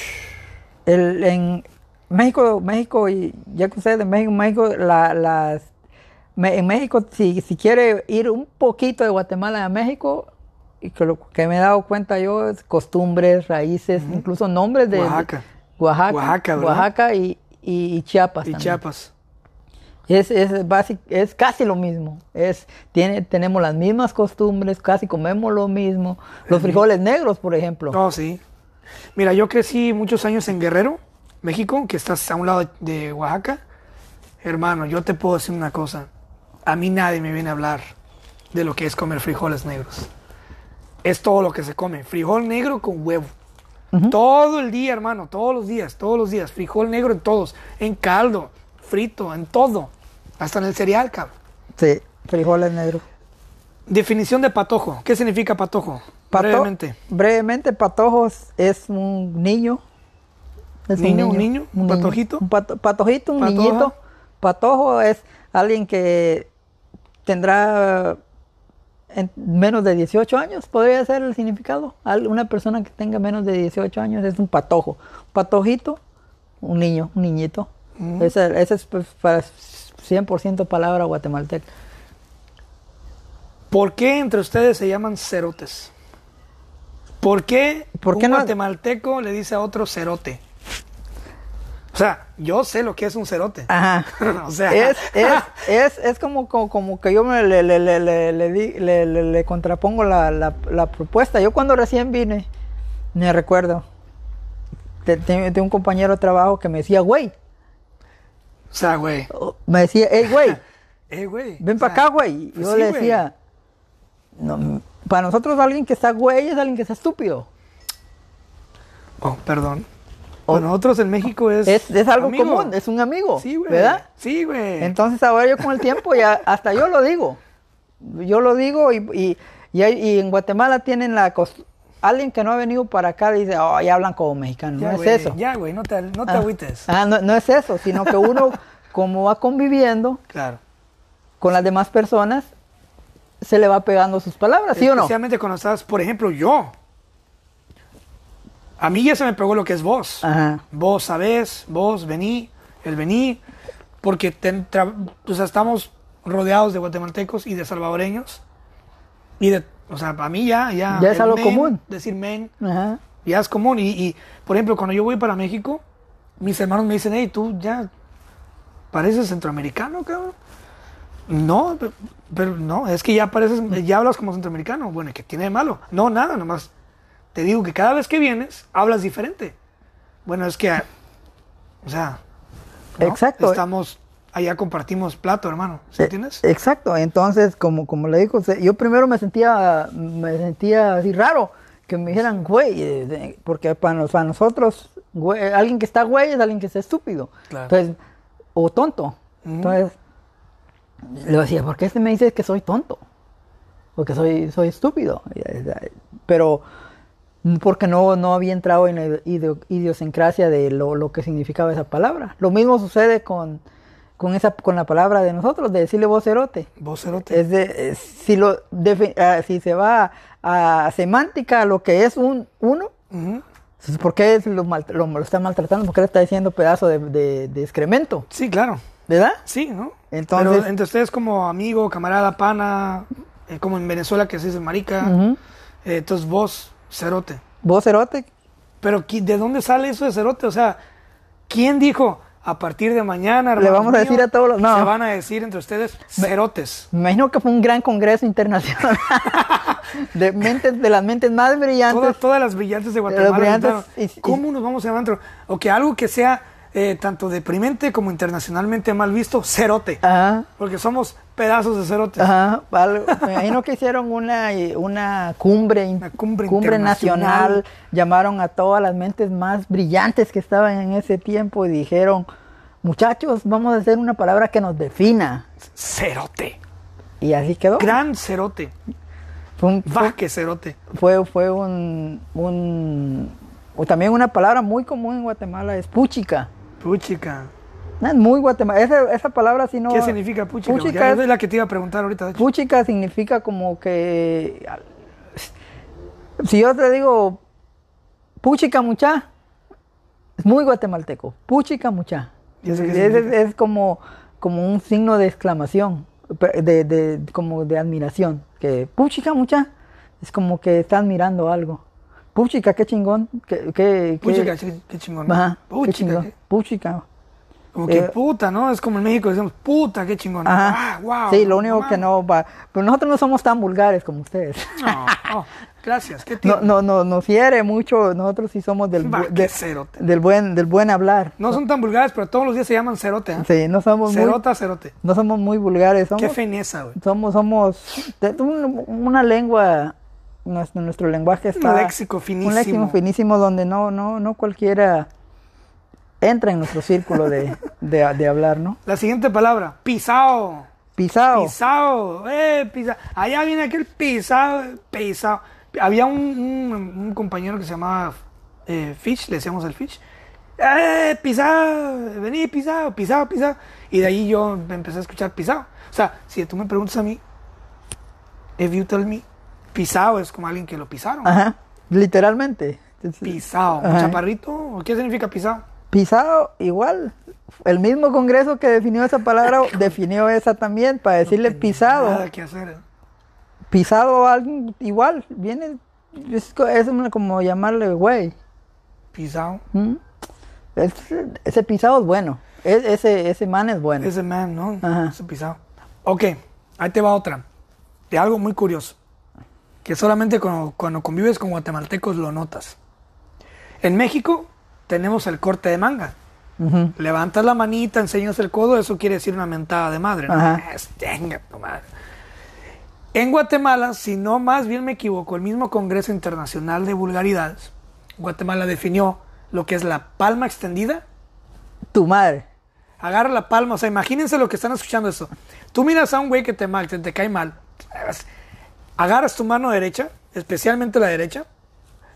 El, en México, México, y ya que ustedes de México, México, la, las... En México, si, si quiere ir un poquito de Guatemala a México... Y que lo que me he dado cuenta yo es costumbres, raíces, uh-huh. incluso nombres de Oaxaca, de Oaxaca, Oaxaca, Oaxaca y, y, y Chiapas. Y también. Chiapas. Es, es, basic, es casi lo mismo. Es, tiene, tenemos las mismas costumbres, casi comemos lo mismo. Los uh-huh. frijoles negros, por ejemplo. Oh, sí. Mira, yo crecí muchos años en Guerrero, México, que estás a un lado de, de Oaxaca. Hermano, yo te puedo decir una cosa. A mí nadie me viene a hablar de lo que es comer frijoles negros. Es todo lo que se come. Frijol negro con huevo. Uh-huh. Todo el día, hermano. Todos los días. Todos los días. Frijol negro en todos. En caldo. Frito. En todo. Hasta en el cereal, cabrón. Sí. Frijoles negros. Definición de patojo. ¿Qué significa patojo? Pato- brevemente. Brevemente, patojos es un niño. Es niño, un niño. Un, un patojito. Un pato, patojito, un Patoja. niñito. Patojo es alguien que tendrá... en menos de dieciocho años, podría ser el significado. Una persona que tenga menos de dieciocho años es un patojo. Patojito, un niño, un niñito. Mm. Ese, ese es pues, para cien por ciento palabra guatemalteca. ¿Por qué entre ustedes se llaman cerotes? ¿Por qué, ¿Por qué un no? guatemalteco le dice a otro cerote? O sea, yo sé lo que es un cerote. Ajá. O sea. Es, es, es, es como, como, como que yo me le, le, le, le, le, di- le, le, le contrapongo la, la, la propuesta. Yo cuando recién vine, me recuerdo, de, de, de un compañero de trabajo que me decía, güey. O sea, güey. Me decía, hey, güey. Eh, güey. Ven o para sea, acá, güey. pues Yo sí, le güey. decía, no, para nosotros alguien que está güey es alguien que está estúpido. Oh, perdón. Oh. Para nosotros en México es... Es, es algo amigo. común, es un amigo. Sí, güey. ¿Verdad? Sí, güey. Entonces ahora yo con el tiempo ya, hasta yo lo digo. Yo lo digo y, y, y, hay- y en Guatemala tienen la costumbre, alguien que no ha venido para acá dice, oh, ya hablan como mexicanos. Ya, no güey, es eso. Ya, güey, no te, no te Ah, agüites. ah, no, no es eso, sino que uno, como va conviviendo Claro. con las demás personas, se le va pegando sus palabras, ¿sí o no? Especialmente cuando estás, por ejemplo, yo. A mí ya se me pegó lo que es vos. Ajá. Vos sabés, vos vení, el vení, porque te, tra, o sea, estamos rodeados de guatemaltecos y de salvadoreños. Y de, o sea, para mí ya, ya. Ya es el algo men, común. Decir men, Ajá. ya es común. Y, y, por ejemplo, cuando yo voy para México, mis hermanos me dicen, hey, tú ya pareces centroamericano, cabrón. No, pero, pero no, es que ya pareces, ya hablas como centroamericano. Bueno, ¿y qué tiene de malo? No, nada, nomás te digo que cada vez que vienes, hablas diferente. Bueno, es que, o sea, ¿no? Exacto. Estamos, allá compartimos plato, hermano, ¿sí Eh, entiendes? Exacto, entonces, como, como le digo, se- yo primero me sentía, me sentía así raro, que me dijeran güey, eh, de- porque para, nos- para nosotros, güey, alguien que está güey es alguien que está estúpido. Claro. Entonces, o tonto. Ujú. Entonces, le decía, ¿por qué este me dice que soy tonto? O que soy, soy estúpido. Pero porque no, no había entrado en la ideo- idiosincrasia de lo, lo que significaba esa palabra. Lo mismo sucede con, con, esa, con la palabra de nosotros, de decirle vocerote. Vocerote. Es de, es- si, lo, defi- ah, si se va a, a semántica, lo que es un uno, Ujú. entonces, ¿por qué es lo, mal- lo, lo está maltratando? ¿Por qué le está diciendo pedazo de, de, de excremento? Sí, claro. ¿Verdad? Sí, ¿no? Entonces- Pero entre ustedes como amigo, camarada, pana, eh, como en Venezuela que se dice marica, Ujú. eh, entonces vos, cerote. Vocerote. Pero ¿qui- ¿de dónde sale eso de cerote? O sea, ¿quién dijo a partir de mañana, hermanos vamos a decir míos, a todos los- no. se van a decir entre ustedes cerotes? Me imagino que fue un gran congreso internacional de mentes, de las mentes más brillantes. Todas, todas las brillantes de Guatemala. brillantes inventaron, y- y- ¿Cómo nos vamos a llamar? dentro? O que algo que sea eh, tanto deprimente como internacionalmente mal visto, cerote. Ajá, Porque somos pedazos de cerotes. ajá, algo- me imagino que hicieron una, una cumbre, Una cumbre internacional. nacional, llamaron a todas las mentes más brillantes que estaban en ese tiempo y dijeron, muchachos, vamos a hacer una palabra que nos defina. Cerote. Y así quedó. Gran cerote. Fue, un- Va, fue, que cerote. fue, fue un, un- o también una palabra muy común en Guatemala, es puchica. Puchica. Es muy guatemalteca. Esa, esa palabra si no... ¿Qué significa puchica? Porque Puchica esa es- es la que te iba a preguntar ahorita, de hecho. Puchica significa como que... Si yo te digo puchica mucha, es muy guatemalteco. Puchica mucha. ¿Y eso qué Es, es- significa? es como, como un signo de exclamación, de, de- como de admiración. Que puchica mucha es como que está admirando algo. Puchica, qué chingón. Qué, qué, qué- Puchica, qué, qué chingón. ¿no? Ajá, qué Puchica, chingón. qué- Puchica. como que Eh, puta, ¿no? Es como en México decimos, puta, qué chingón. Ajá. Ah, wow. Sí, lo único no que mames. no va. Pero nosotros no somos tan vulgares como ustedes. No, oh, gracias, qué No, tierno. no, no, nos hiere mucho. Nosotros sí somos del, Va, bu- qué de- cerote. del buen, del buen hablar. No son tan vulgares, pero todos los días se llaman cerote, ¿eh? Sí, no somos muy, Cerota, cerote. no somos muy vulgares. Somos, Qué fineza, güey. somos, somos de- un- una lengua. Nuestro, nuestro lenguaje está. Un léxico finísimo. Un léxico finísimo donde no, no, no cualquiera entra en nuestro círculo de, de, de hablar, ¿no? La siguiente palabra, pisao. Pisado. Pisao, eh, pisao. Allá viene aquel pisao, pisao. Había un, un- un compañero que se llamaba eh, Fish, le decíamos el Fish. Eh, pisao, vení, pisao, pisao, pisao. Y de ahí yo empecé a escuchar pisao. O sea, si tú me preguntas a mí, if you tell me, pisao es como alguien que lo pisaron. Ajá, literalmente. Pisao, un Ajá. chaparrito, ¿qué significa pisao? Pisado, igual. El mismo congreso que definió esa palabra, definió esa también, para decirle No tenía pisado. Nada que hacer. ¿eh? Pisado a alguien, igual, viene, es, co- es una- como llamarle güey. Pisao. ¿Mm? Es- ese pisado es bueno, Es- ese, ese man es bueno. Ese man, ¿no? Ajá. Ese pisado. Ok, ahí te va otra. De algo muy curioso. Que solamente cuando, cuando convives con guatemaltecos lo notas. En México tenemos el corte de manga. Ujú. Levantas la manita, enseñas el codo, eso quiere decir una mentada de madre. ¿no? Ajá. Es, tenga tu madre. En Guatemala, si no más bien me equivoco, el mismo Congreso Internacional de Vulgaridades, Guatemala definió lo que es la palma extendida. Tu madre. Agarra la palma, o sea, imagínense lo que están escuchando eso. Tú miras a un güey que te, mal, te, te cae mal, agarras tu mano derecha, especialmente la derecha,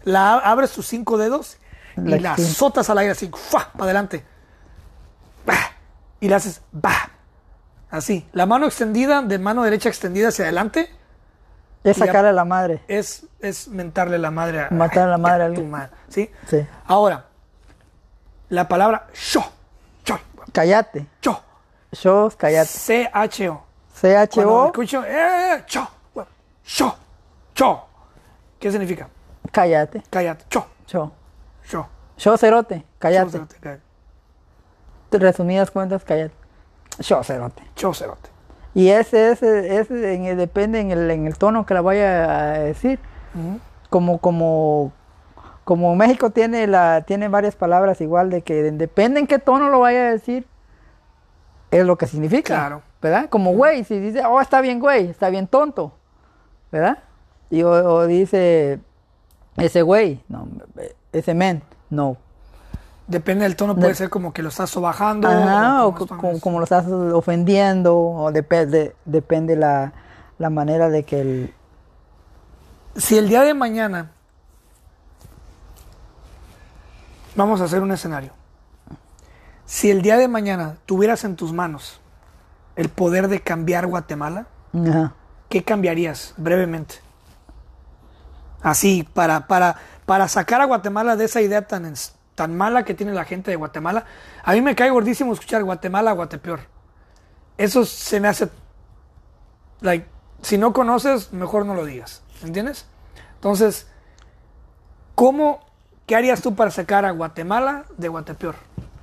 La abres tus cinco dedos y La la sí. azotas al aire así, ¡fua! Para adelante. ¡Bah! Y le haces ¡bah! Así. La mano extendida, de mano derecha extendida hacia adelante, Es Y ya- sacarle a la madre. es, es mentarle la madre a Matar a la madre a tu alguien. madre. ¿Sí? Sí. Ahora, la palabra yo, yo, Cállate. yo, Yo, cállate. C H O. C H Cuando O, escucho, eh, yo, yo, yo. ¿Qué significa? cállate. Cállate, yo, Yo. yo. Yo, cerote. Cállate. Yo, cerote, cállate. Resumidas cuentas, cállate. Yo, cerote. Yo, cerote. Y ese, ese, ese en el- depende en el, en el tono que la vaya a decir. Ujú. Como, como, como México tiene la, tiene varias palabras igual de que depende en qué tono lo vaya a decir, es lo que significa. Claro. ¿Verdad? Como güey, si dice, oh, está bien güey, está bien tonto. ¿Verdad? Y o, o dice, ese güey, no, ese men, no. Depende del tono, puede De- ser como que lo estás sobajando. Ajá, o como co- estás- como, como lo estás ofendiendo, o depende, depende la, la manera de que el... Si el día de mañana vamos a hacer un escenario. Si el día de mañana tuvieras en tus manos el poder de cambiar Guatemala, Ajá. ¿qué cambiarías brevemente? Así, para, para, para sacar a Guatemala de esa idea tan, ens- tan mala que tiene la gente de Guatemala. A mí me cae gordísimo escuchar Guatemala, Guatepeor. Eso se me hace... Like, si no conoces, mejor no lo digas. ¿Entiendes? Entonces, ¿cómo, qué harías tú para sacar a Guatemala de Guatepeor?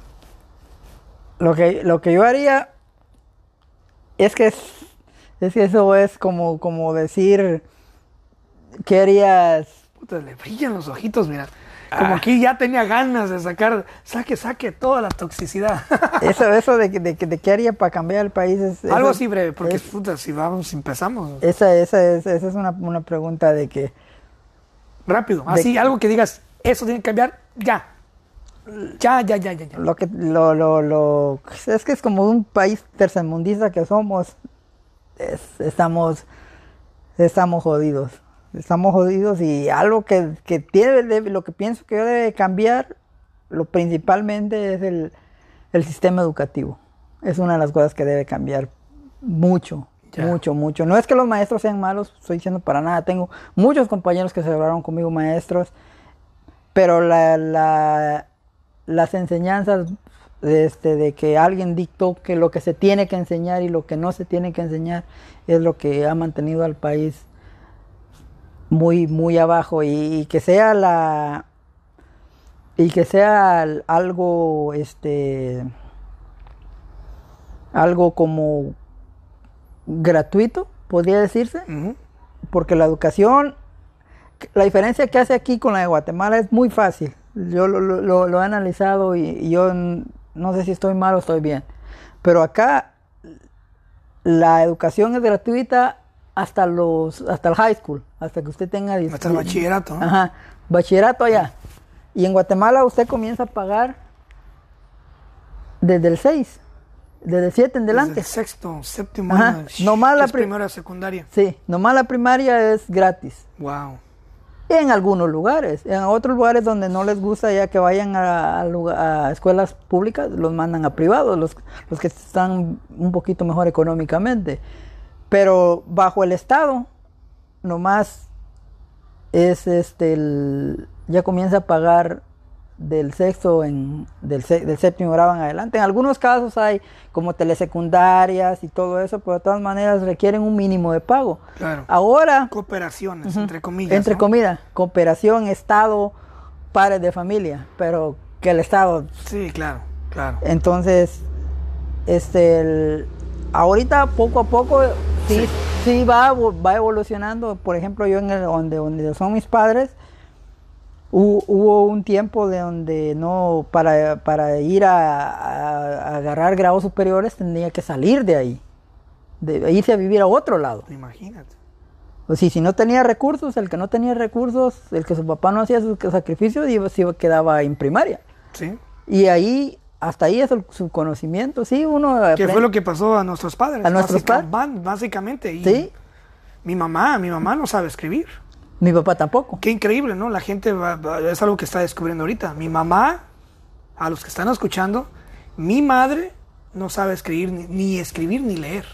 Lo que, lo que yo haría es que, es, es que eso es como, como decir, ¿qué harías? Puta, le brillan los ojitos, mira. Como Ah. aquí ya tenía ganas de sacar, saque, saque toda la toxicidad. Eso, eso de, que- de, que- de qué haría para cambiar el país es... Algo eso- así breve, porque es- puta, si vamos, empezamos. Esa, esa, es, esa es una, una pregunta de que... Rápido, así, de- algo que digas, eso tiene que cambiar ya. Ya, ya, ya, ya, ya. Lo que lo, lo, lo es que es como un país tercermundista que somos, es- estamos estamos jodidos. Estamos jodidos y algo que, que tiene debe- lo que pienso que debe cambiar, lo principalmente es el, el sistema educativo. Es una de las cosas que debe cambiar mucho, Ya. mucho, mucho. No es que los maestros sean malos, estoy diciendo para nada. Tengo muchos compañeros que celebraron conmigo maestros, pero la, la, las enseñanzas de, este, de que alguien dictó que lo que se tiene que enseñar y lo que no se tiene que enseñar es lo que ha mantenido al país muy, muy abajo y, y que sea la y que sea algo este algo como gratuito, podría decirse, Ujú. porque la educación, la diferencia que hace aquí con la de Guatemala es muy fácil. Yo lo, lo- lo- lo he analizado y, y yo n- no sé si estoy mal o estoy bien, pero acá la educación es gratuita hasta los hasta el high school, hasta que usted tenga diez- Hasta el bachillerato, ¿no? Ajá, bachillerato allá. Y en Guatemala usted comienza a pagar desde el seis, desde el siete en Desde adelante. el sexto, séptimo Ajá, año. nomás que la es prim- primera secundaria. Sí, nomás la primaria es gratis. Wow. En algunos lugares, en otros lugares donde no les gusta ya que vayan a, a lugar- a escuelas públicas, los mandan a privados, los, los que están un poquito mejor económicamente. Pero bajo el Estado, nomás es este, el- ya comienza a pagar del sexto, en, del, se- del séptimo grado en adelante. En algunos casos hay como telesecundarias y todo eso, pero de todas maneras requieren un mínimo de pago. Claro. Ahora... Cooperaciones, entre comillas. Entre ¿no? comillas, cooperación, Estado, padres de familia, pero que el Estado. Sí, claro, claro. Entonces, este, el- ahorita poco a poco sí, sí. va, evo- va evolucionando. Por ejemplo, yo en el donde, donde son mis padres, hu- hubo un tiempo de donde no, para, para ir a, a- a agarrar grados superiores tenía que salir de ahí, de irse a vivir a otro lado. Imagínate. O sea, si no tenía recursos, el que no tenía recursos, el que su papá no hacía sus sacrificios, iba, se iba- quedaba en primaria. Sí. Y ahí, hasta ahí es el- su conocimiento. Sí, uno ¿Qué aprende- fue lo que pasó a nuestros padres? ¿A nuestros Básica- padres? van- Básicamente. Y Sí. Mi mamá, mi mamá no sabe escribir. Mi papá tampoco. Qué increíble, ¿no? La gente va, va, es algo que está descubriendo ahorita. Mi mamá, a los que están escuchando, mi madre no sabe escribir, ni, ni escribir ni leer.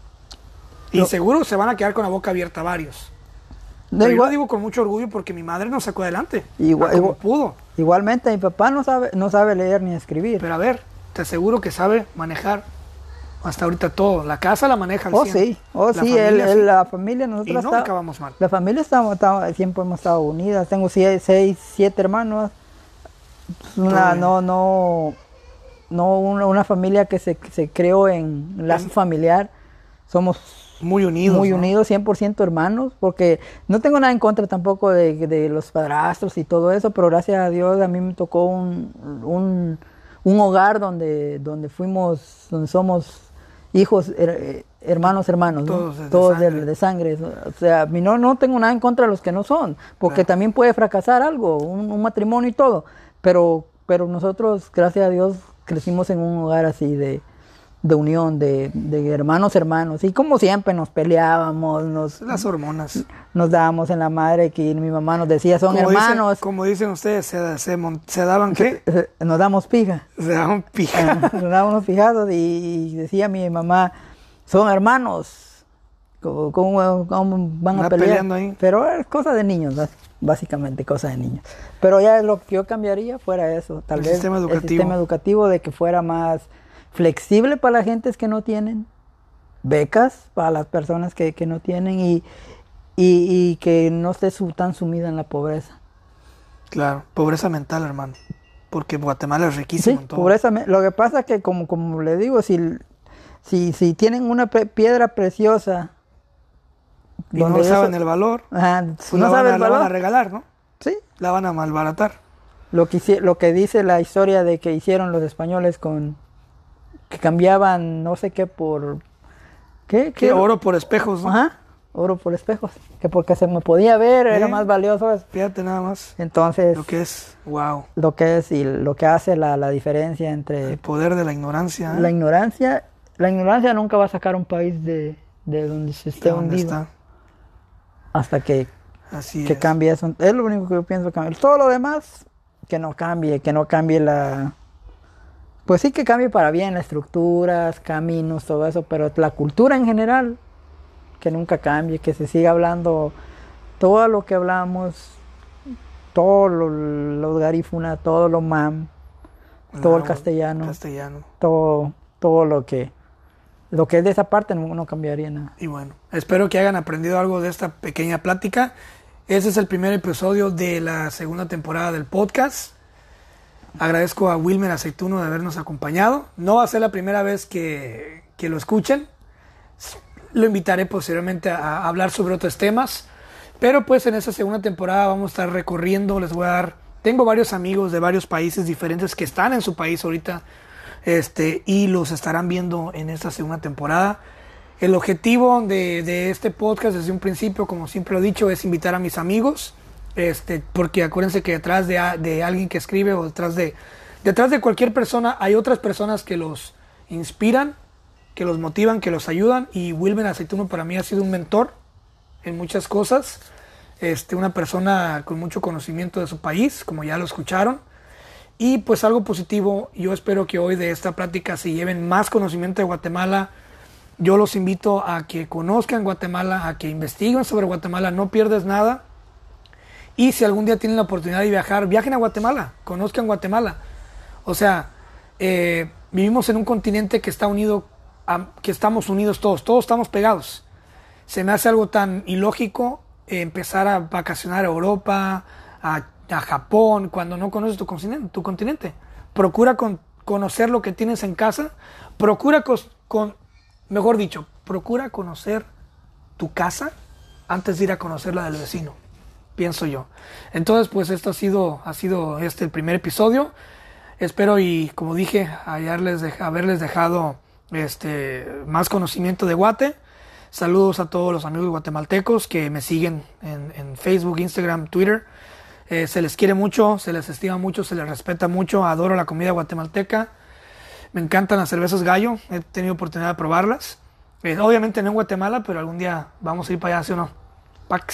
Y No. seguro se van a quedar con la boca abierta varios. No, Pero yo igual- lo digo con mucho orgullo porque mi madre nos sacó adelante. Igual- a como igual- pudo. Igualmente, mi papá no sabe, no sabe leer ni escribir. Pero a ver, te aseguro que sabe manejar hasta ahorita todo. La casa la maneja al Oh, cien. sí, oh, La sí, familia, él- él- sí. la familia, Y nosotros no está- acabamos mal. La familia estamos, estamos- siempre hemos estado unidas. Tengo seis, seis siete hermanos. Una, bien. no, no, no una, una familia que se, que se creó en lazo En- familiar. Somos Muy unidos. muy ¿no? unidos, cien por ciento hermanos, porque no tengo nada en contra tampoco de, de los padrastros y todo eso, pero gracias a Dios a mí me tocó un, un, un hogar donde, donde fuimos, donde somos hijos, her- hermanos, hermanos, ¿no? Todos de- de Todos de, sangre. de sangre. ¿no? O sea, a mí no, no tengo nada en contra de los que no son, porque Claro. también puede fracasar algo, un, un matrimonio y todo, pero, pero nosotros, gracias a Dios, crecimos en un hogar así de de unión, de, de hermanos, hermanos. Y como siempre nos peleábamos, nos, Las hormonas. nos dábamos en la madre, que mi mamá nos decía, son Como dicen- hermanos, como dicen ustedes, se, se, mon- se daban qué? nos damos pija. Se daban pija. Nos dábamos pijados y, y decía mi mamá, son hermanos. ¿Cómo, cómo- cómo van a Anda pelear? peleando ahí. Pero es cosa de niños, bas- básicamente cosa de niños. Pero ya lo que yo cambiaría fuera eso, tal El vez sistema el educativo. sistema educativo de que fuera más flexible para las gentes que no tienen, becas para las personas que, que no tienen y, y, y que no esté su- tan sumida en la pobreza. Claro, pobreza mental, hermano. Porque Guatemala es riquísimo Sí, en todo. pobreza. me- Lo que pasa es que, como, como le digo, si, si, si tienen una pre- piedra preciosa, Y no donde saben eso- el valor, ajá, pues si la, no van sabe a, el la van a valor, regalar, ¿no? sí. La van a malbaratar. Lo que, hici- lo que dice la historia de que hicieron los españoles con que cambiaban no sé qué por ¿qué? Que oro por espejos, ¿no? Ajá, oro por espejos, que porque se me podía ver era ¿Eh? más valioso eso. Fíjate nada más Entonces lo que es, wow, lo que es y lo que hace la, la diferencia el entre poder de la ignorancia. ¿eh? la ignorancia, la ignorancia nunca va a sacar un país de, de donde se esté ¿De dónde hundido está? hasta que, Así que es. cambie eso. Es lo único que yo pienso cambiar. Todo lo demás que no cambie, que no cambie la pues sí que cambie para bien las estructuras, caminos, todo eso, pero la cultura en general que nunca cambie, que se siga hablando todo lo que hablamos, todo lo, los garífuna, todo lo mam, todo el Ah, castellano, Castellano. todo, todo lo que lo que es de esa parte no, no cambiaría nada. Y bueno, espero que hayan aprendido algo de esta pequeña plática. Ese es el primer episodio de la segunda temporada del podcast. Agradezco a Wilmer Aceituno de habernos acompañado. No va a ser la primera vez que, que lo escuchen. Lo invitaré posteriormente a, a hablar sobre otros temas. Pero pues en esta segunda temporada vamos a estar recorriendo. Les voy a dar... Tengo varios amigos de varios países diferentes que están en su país ahorita. Este, y los estarán viendo en esta segunda temporada. El objetivo de, de este podcast desde un principio, como siempre lo he dicho, es invitar a mis amigos, este, porque acuérdense que detrás de, de alguien que escribe o detrás de, detrás de cualquier persona hay otras personas que los inspiran, que los motivan, que los ayudan, y Wilmer Aceituno para mí ha sido un mentor en muchas cosas, este, una persona con mucho conocimiento de su país, como ya lo escucharon, y pues algo positivo. Yo espero que hoy de esta plática se lleven más conocimiento de Guatemala. Yo los invito a que conozcan Guatemala, a que investiguen sobre Guatemala, no pierdes nada. Y si algún día tienen la oportunidad de viajar, viajen a Guatemala, conozcan Guatemala. O sea, eh, vivimos en un continente que está unido, a, que estamos unidos todos, todos estamos pegados. Se me hace algo tan ilógico eh, empezar a vacacionar a Europa, a, a Japón, cuando no conoces tu continente. Tu continente. Procura con, conocer lo que tienes en casa, procura cos, con... Mejor dicho, procura conocer tu casa antes de ir a conocer la del vecino, pienso yo. Entonces, pues esto ha sido, ha sido este el primer episodio. Espero y, como dije, haberles, dej- haberles dejado este, más conocimiento de Guate. Saludos a todos los amigos guatemaltecos que me siguen en, en Facebook, Instagram, Twitter. Eh, se les quiere mucho, se les estima mucho, se les respeta mucho. Adoro la comida guatemalteca. Me encantan las cervezas Gallo, he tenido oportunidad de probarlas. Eh, obviamente no en Guatemala, pero algún día vamos a ir para allá, ¿sí o no? Pax.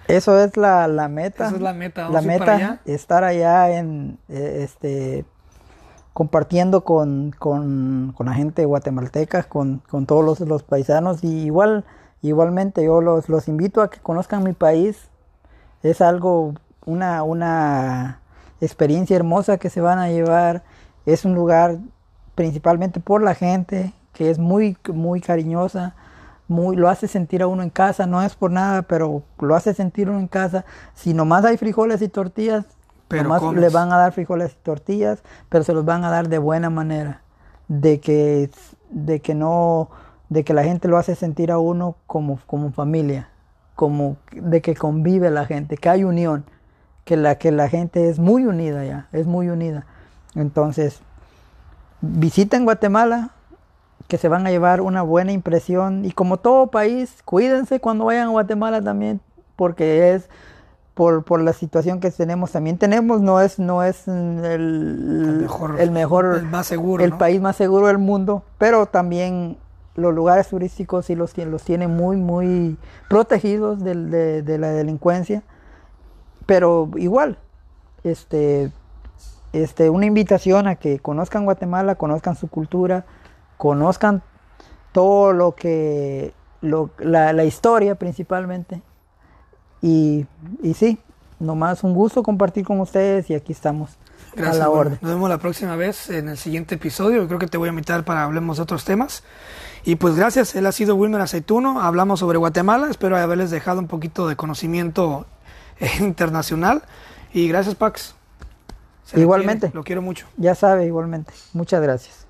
Eso es la, la meta. Esa es la meta. La Vamos a ir meta, para allá. estar allá en, eh, este, compartiendo con, con, con la gente guatemalteca, con, con todos los, los paisanos. Y igual, igualmente yo los, los invito a que conozcan mi país. Es algo, una, una experiencia hermosa que se van a llevar. Es un lugar principalmente por la gente, que es muy, muy cariñosa. Muy, lo hace sentir a uno en casa, no es por nada, pero lo hace sentir uno en casa. Si nomás hay frijoles y tortillas, Pero nomás comes. le van a dar frijoles y tortillas, pero se los van a dar de buena manera, de que, de que no, de que la gente lo hace sentir a uno como, como familia, como de que convive la gente, que hay unión, que la, que la gente es muy unida ya, es muy unida. Entonces, visiten Guatemala, que se van a llevar una buena impresión, y como todo país, cuídense cuando vayan a Guatemala también, porque es por, por la situación que tenemos, también tenemos, no es, no es el, El mejor, el, mejor, el más seguro, el ¿no? país más seguro del mundo, pero también los lugares turísticos sí los, los tienen muy, muy protegidos de, de, de la delincuencia, pero igual, este, este, una invitación a que conozcan Guatemala, conozcan su cultura, conozcan todo lo que, lo, la, la historia principalmente. Y, y sí, nomás un gusto compartir con ustedes y aquí estamos. Gracias, a la bueno, orden. nos vemos la próxima vez en el siguiente episodio. Yo creo que te voy a invitar para hablemos de otros temas. Y pues gracias, él ha sido Wilmer Aceituno. Hablamos sobre Guatemala. Espero haberles dejado un poquito de conocimiento eh, internacional. Y gracias, Pax. Se le Igualmente. quiere, lo quiero mucho. Ya sabe, igualmente. Muchas gracias.